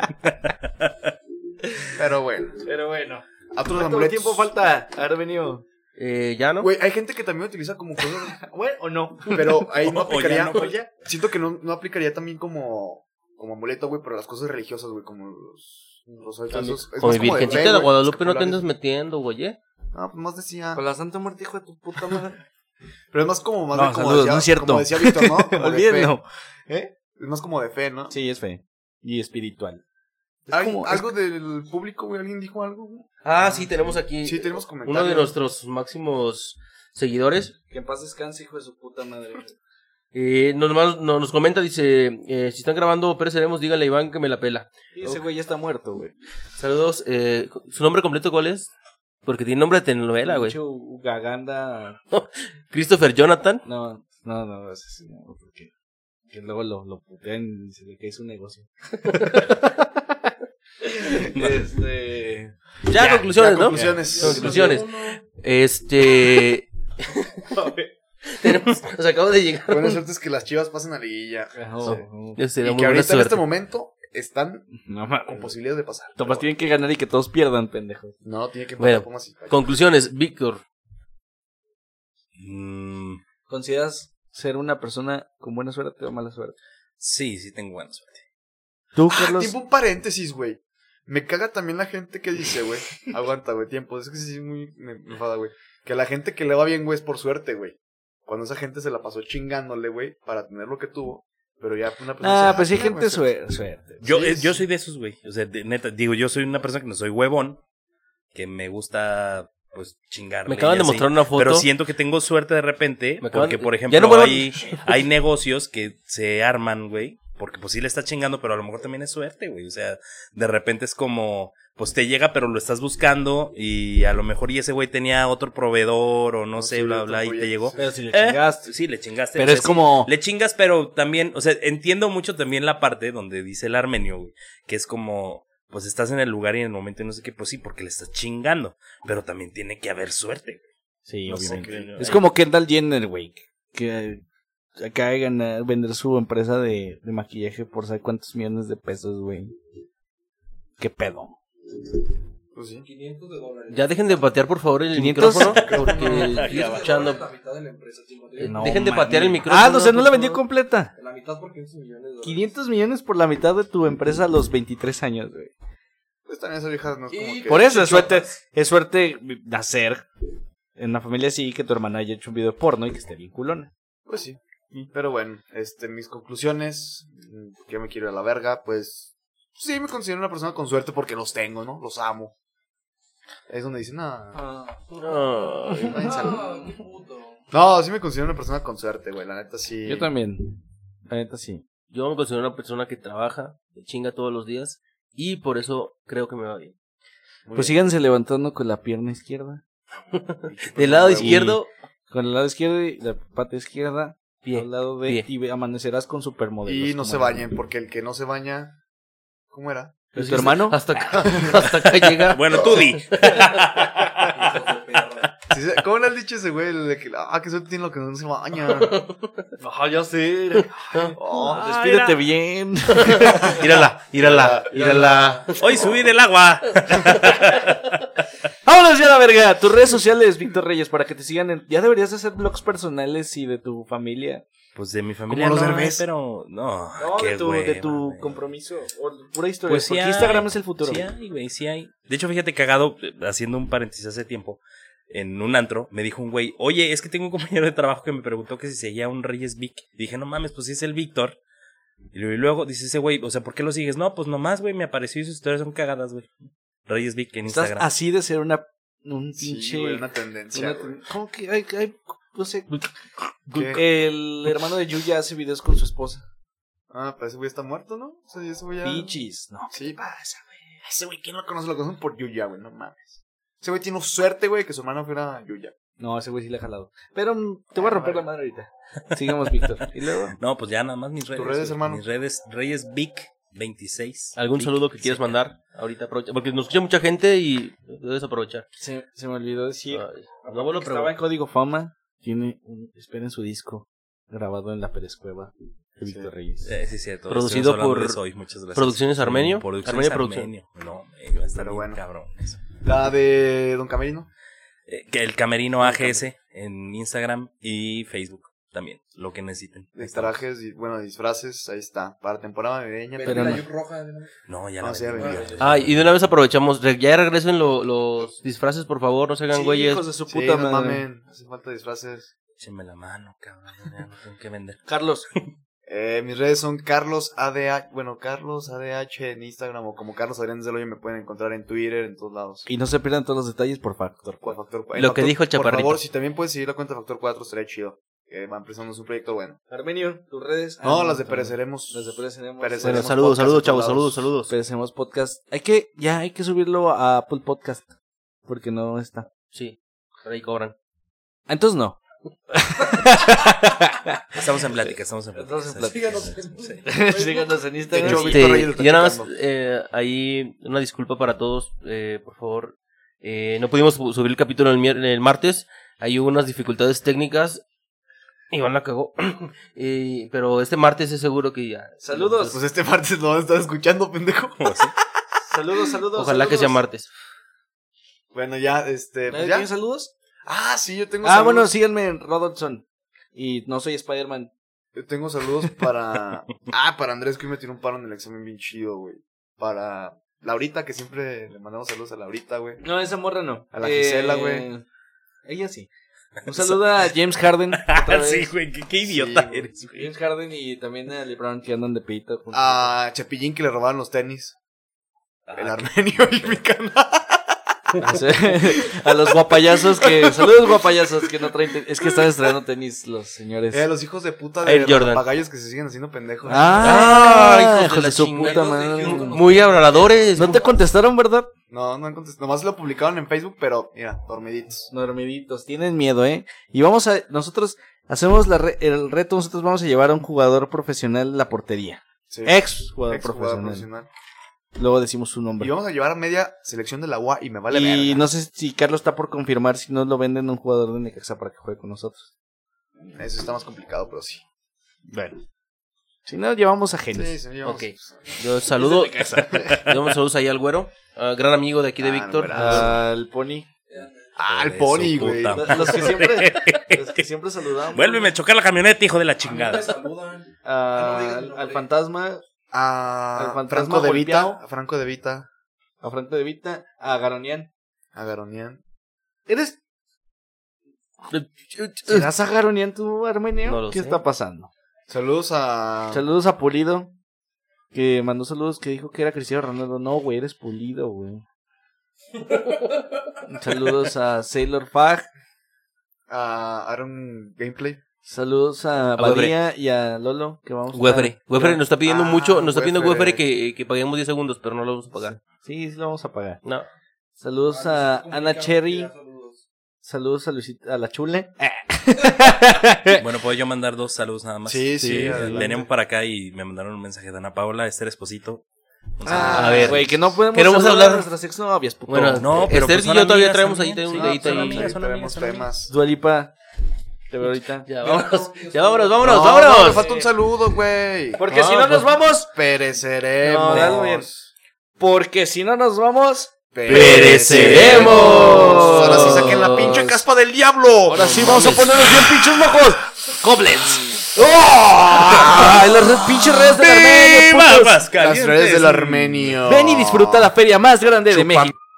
Pero bueno. A otros ¿Cuánto amuletos. tiempo falta, Armenio? Ya no. Güey, hay gente que también utiliza como cosas. ¿Bueno o no? Pero ahí no O aplicaría. ya no, güey. Siento que no aplicaría también como amuleto, güey, pero las cosas religiosas, güey, como los altos. esos- es Con mi más como de virgencita fe, de güey, Guadalupe no te escapulares. andas metiendo, güey. No, pues más decía. Con la Santa Muerte, hijo de tu puta madre. Pero es más como No, de como saludos, decía, no es cierto. como decía Víctor, ¿no? Como de fe. Olvídenlo. ¿Eh? Es más como de fe, ¿no? Sí, es fe. Y espiritual. Es ¿Hay como- algo del público, güey? ¿Alguien dijo algo, güey? Ah, sí, tenemos aquí Sí, tenemos comentarios. uno de nuestros máximos seguidores. Que en paz descanse, hijo de su puta madre. Nos comenta, dice: si están grabando Pérez Seremos, díganle a Iván que me la pela. Y ese güey ya está muerto, güey. Saludos. ¿Su nombre completo cuál es? Porque tiene nombre de telenovela, güey. Mucho Gaganda. Christopher Jonathan. No, ese sí, no, porque que luego lo putean y se le cae su negocio. Ya, conclusiones, ya, ¿no? conclusiones. Conclusiones. Nos acabo de llegar. Buena suerte es que las Chivas pasen a liguilla. Eso sería Y muy que buena ahorita en este suerte. momento están No con mames. posibilidades de pasar. Tomás Pero tienen que ganar y que todos pierdan, pendejos. no, tiene que Bueno, empatar Pumas y Pachuca. Conclusiones, Víctor. ¿Consideras ser una persona con buena suerte o mala suerte? Sí, tengo buena suerte. ¿Tú, Ah, Carlos? tiempo un paréntesis, güey. Me caga también la gente que dice, güey. Aguanta, güey, tiempo. Es que sí, me enfada, güey. Que la gente que le va bien, güey, es por suerte, güey. Cuando esa gente se la pasó chingándole, güey, para tener lo que tuvo. Pero ya una persona. Ah, pues sí, tiene gente buena suerte. Yo soy de esos, güey. O sea, neta, digo, yo soy una persona que no soy huevón, que me gusta, pues, chingarle. Me acaban y de así. mostrar una foto. Pero siento que tengo suerte de repente, Me acaban porque, de- por Ya ejemplo, no vuelvan- hay negocios que se arman, güey, porque pues sí le está chingando, pero a lo mejor también es suerte, güey. O sea, de repente es como, pues te llega, pero lo estás buscando y a lo mejor y ese güey tenía otro proveedor o no sé, sí, bla, otro bla, y te proyecto. llegó. Pero si le chingaste. Sí, le chingaste. Pero o es sea, como... sí, le chingas, pero también, o sea, entiendo mucho también la parte donde dice el armenio, güey, que es como, pues estás en el lugar y en el momento y no sé qué, pues sí, porque le estás chingando, pero también tiene que haber suerte, güey. Sí, No sé obviamente. qué- Es como Kendall Jenner, güey. Que acaba de ganar, vender su empresa de maquillaje por saber cuántos millones de pesos, güey. ¿Qué pedo? Pues sí. $500. Ya dejen de patear, por favor, el 500. micrófono. Porque estoy escuchando. La mitad de la empresa, 50. No, Dejen de mames. patear el micrófono. O sea, no la por vendió favor. completa. La mitad por $500 millones. 500 millones por la mitad de tu empresa a los 23 años, güey. Pues también esas viejas no es como Y que... Por eso chichotas. es suerte nacer en una familia así, que tu hermana haya hecho un video porno y que esté bien culona. Pues sí. Pero bueno, mis conclusiones, que me quiero ir a la verga, pues sí me considero una persona con suerte porque los tengo, ¿no? Los amo. Es donde dicen, Ay, Qué puto. no, sí me considero una persona con suerte, güey, la neta sí. Yo también. La neta sí. yo me considero una persona que trabaja, que chinga todos los días. Y por eso creo que me va bien. Muy Pues bien. síganse levantando con la pierna izquierda. Del lado Huevo. izquierdo, Con el lado izquierdo y la pata izquierda. pie. Al lado de. pie. Y amanecerás con supermodelos. Y no como se yo. bañen, porque el que no se baña... ¿Cómo era? ¿Y tu hermano? Hasta acá llega. Bueno, tú di. Hijos de perra. Sí, ¿cómo le has dicho ese güey? El de que, que suerte tiene lo que no se baña. Ya sé. Oh, Despídete bien. Írala. Hoy subí del agua. Vámonos ya a la verga. Tus redes sociales, Víctor Reyes, para que te sigan. Ya deberías hacer blogs personales y de tu familia. Pues de mi familia Como los no, Derbez. pero no, No, qué de tu hueva, güey. compromiso. O pura historia. Pues sí porque hay, Instagram es el futuro. Sí hay, güey, sí hay. De hecho, fíjate, cagado, haciendo un paréntesis hace tiempo, en un antro, me dijo un güey, oye, es que tengo un compañero de trabajo que me preguntó que si seguía un Reyes Vic. Y dije, no mames, pues sí es el Víctor. Y luego dice ese güey, o sea, ¿por qué lo sigues? No, pues nomás, güey, me apareció y sus historias son cagadas, güey. Reyes Vic en Estás Instagram. así de ser un sí, pinche. güey, una tendencia, una- güey. ¿Cómo que hay no sé? ¿Qué? El hermano de Yuya hace videos con su esposa. Pero ese güey está muerto, ¿no? O sea, ese güey ya... Pichis, no. Sí, pasa, güey. Ese güey, ¿quién lo conoce? Lo conocen por Yuya, güey, no mames. Ese güey tiene suerte, güey, que su hermano fuera Yuya. No, ese güey sí le ha jalado. Pero te voy a romper la madre ahorita. Sigamos, Víctor. Y luego. No, pues ya nada más mis redes. redes, güey. hermano? Mis redes, Reyes Vic 26. ¿Algún Vic, saludo que quieras sí. mandar? Ahorita aprovecha. Porque nos escucha mucha gente y debes aprovechar. Se me olvidó decir. Ay, no vuelvo a Estaba en preguntar. Código Fama. Esperen su disco grabado en la Pérez Cueva de Sí. Víctor Reyes. Sí, cierto. Producido Estuvimos hablando por de eso hoy, muchas gracias. Producciones Armenio. Producciones Armenio Armenio. No, va a estar Pero bien bueno. cabrón eso. La de Don Camerino. Que el Camerino AGS en Instagram y Facebook también, lo que necesiten. De trajes y, bueno, disfraces, ahí está. Para temporada navideña. Pero Pero la no. Yuk roja. ¿No? No, ya No, la sí, ya vendí. vendió. Ah, y de una vez aprovechamos. Ya regresen los disfraces, por favor. No se hagan Sí, güeyes. hijos de su Sí, puta no madre. mamen. Hace falta disfraces. Échenme la mano, cabrón. Ya no tengo que vender. Carlos. Mis redes son Carlos ADH, bueno, Carlos ADH en Instagram o como Carlos Adrián del Hoyo me pueden encontrar en Twitter, en todos lados. Y no se pierdan todos los detalles por Factor Por 4. Factor Lo que dijo el Por chaparrito. favor, si también puedes seguir la cuenta de Factor 4, estaría chido. Va empezando un proyecto bueno. Armenio, tus redes. No, las de Pereceremos. Las de Pereceremos. Pereceremos. Bueno, Tenemos saludos, podcast saludos, en chavos. todos lados. Saludos. Perecemos Podcast. Hay que subirlo a Apple Podcast. Porque no está. Sí, ahí cobran. Entonces no. Estamos en plática, estamos en plática. Estamos en plática. Síganos. Síganos en De Instagram. hecho, Víctor Reyes lo está Yo nada más, checando. ahí una disculpa para todos, por favor. No pudimos subir el capítulo el martes. Hay hubo unas dificultades técnicas. Iván la cagó. Pero este martes es seguro que ya. Saludos. Pues este martes lo van a estar escuchando, pendejo. Saludos. Ojalá que sea martes. Bueno, ya, pues ¿Nadie ya. tiene saludos? Sí, yo tengo Ah, bueno, saludos. síganme en Rodolson. Y no soy Spider-Man. Yo tengo saludos para... para Andrés, que hoy me tiró un paro en el examen bien chido, güey. Para Laurita, que siempre le mandamos saludos a Laurita, güey. No, esa morra no. A la Gisela, güey. Ella sí. Un saludo a James Harden. Otra vez. Sí, güey, qué idiota Sí, güey. eres, güey. James Harden y también a LeBron que andan de pedito. A Chepillín, que le robaron los tenis. El Ah, armenio y mi canal. A los guapayazos que... Saludos guapayazos que no traen... Es que están estrenando tenis los señores. Los hijos de puta Air de Jordan. papagayos que se siguen haciendo pendejos. Hijos de la su chingada. puta madre. Muy habladores. No te contestaron, ¿verdad? No han contestado. Nomás lo publicaron en Facebook, pero mira, dormiditos. Dormiditos, tienen miedo, ¿eh? Y vamos a... Nosotros hacemos el reto, nosotros vamos a llevar a un jugador profesional a la portería. Sí. Ex jugador Ex jugador profesional. Luego decimos su nombre. Y vamos a llevar a media selección de la UA y me vale Y verga. no sé si Carlos está por confirmar si no lo venden a un jugador de Necaxa para que juegue con nosotros. Eso está más complicado, pero sí. Bueno. Si no, llevamos a genios. Sí, señor. Ok. Yo saludo. Yo saludos ahí al güero. Gran amigo de aquí de Víctor. Al Pony. El Su Pony, güey. puta. Los que siempre saludamos. Vuélveme a chocar la camioneta, hijo de la chingada. Al fantasma. A Al fantasma Franco de Vita. golpeado. A Franco de Vita. A Franco de Vita. A Garonian. A Garonian. ¿Eres? ¿Serás a Garonian tú, Armenio? No lo ¿Qué sé. está pasando? Saludos a... Saludos a Pulido. Que mandó saludos, que dijo que era Cristiano Ronaldo. No, güey, eres Pulido, güey. Saludos a Sailor Fag. A Aaron Gameplay. Saludos a Badía y a Lolo. Que vamos a Wefere nos está pidiendo mucho. Nos está pidiendo Wefere. Wefere que paguemos 10 segundos, pero no lo vamos a pagar. Sí, lo vamos a pagar. No. Saludos a Ana Cherry. Saludos a Luisita, a la Chule. Bueno, ¿puedo yo mandar 2 saludos nada más? Sí, adelante. Venían para acá y me mandaron un mensaje de Ana Paula, Esther Esposito. Un Ah, saludo. a ver. güey, que no podemos Queremos hablar hablar- de nuestras exnovias, puto. Bueno, No, pero Esther pues y son yo todavía amigas traemos ahí también, un sí. dedito Son ahí. amigas, son Tenemos amigas. temas. Dualipa, te veo ahorita. Ya, vámonos. Ya, No, vámonos. me falta un saludo, güey. Porque si no nos vamos, Pereceremos. No, dale bien. porque si no nos vamos, Pereceremos. Ahora sí saquen la pinche caspa del diablo. ahora sí vamos a ponernos bien pinches locos. Goblins. ¡Oh! Las pinches redes del Armenio, putos. Las redes del Armenio. Ven y disfruta la feria más grande de Chupa- México.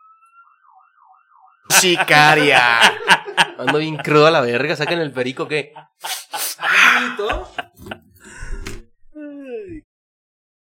Sicaria. Ando bien crudo a la verga. Saquen el perico, ¿qué?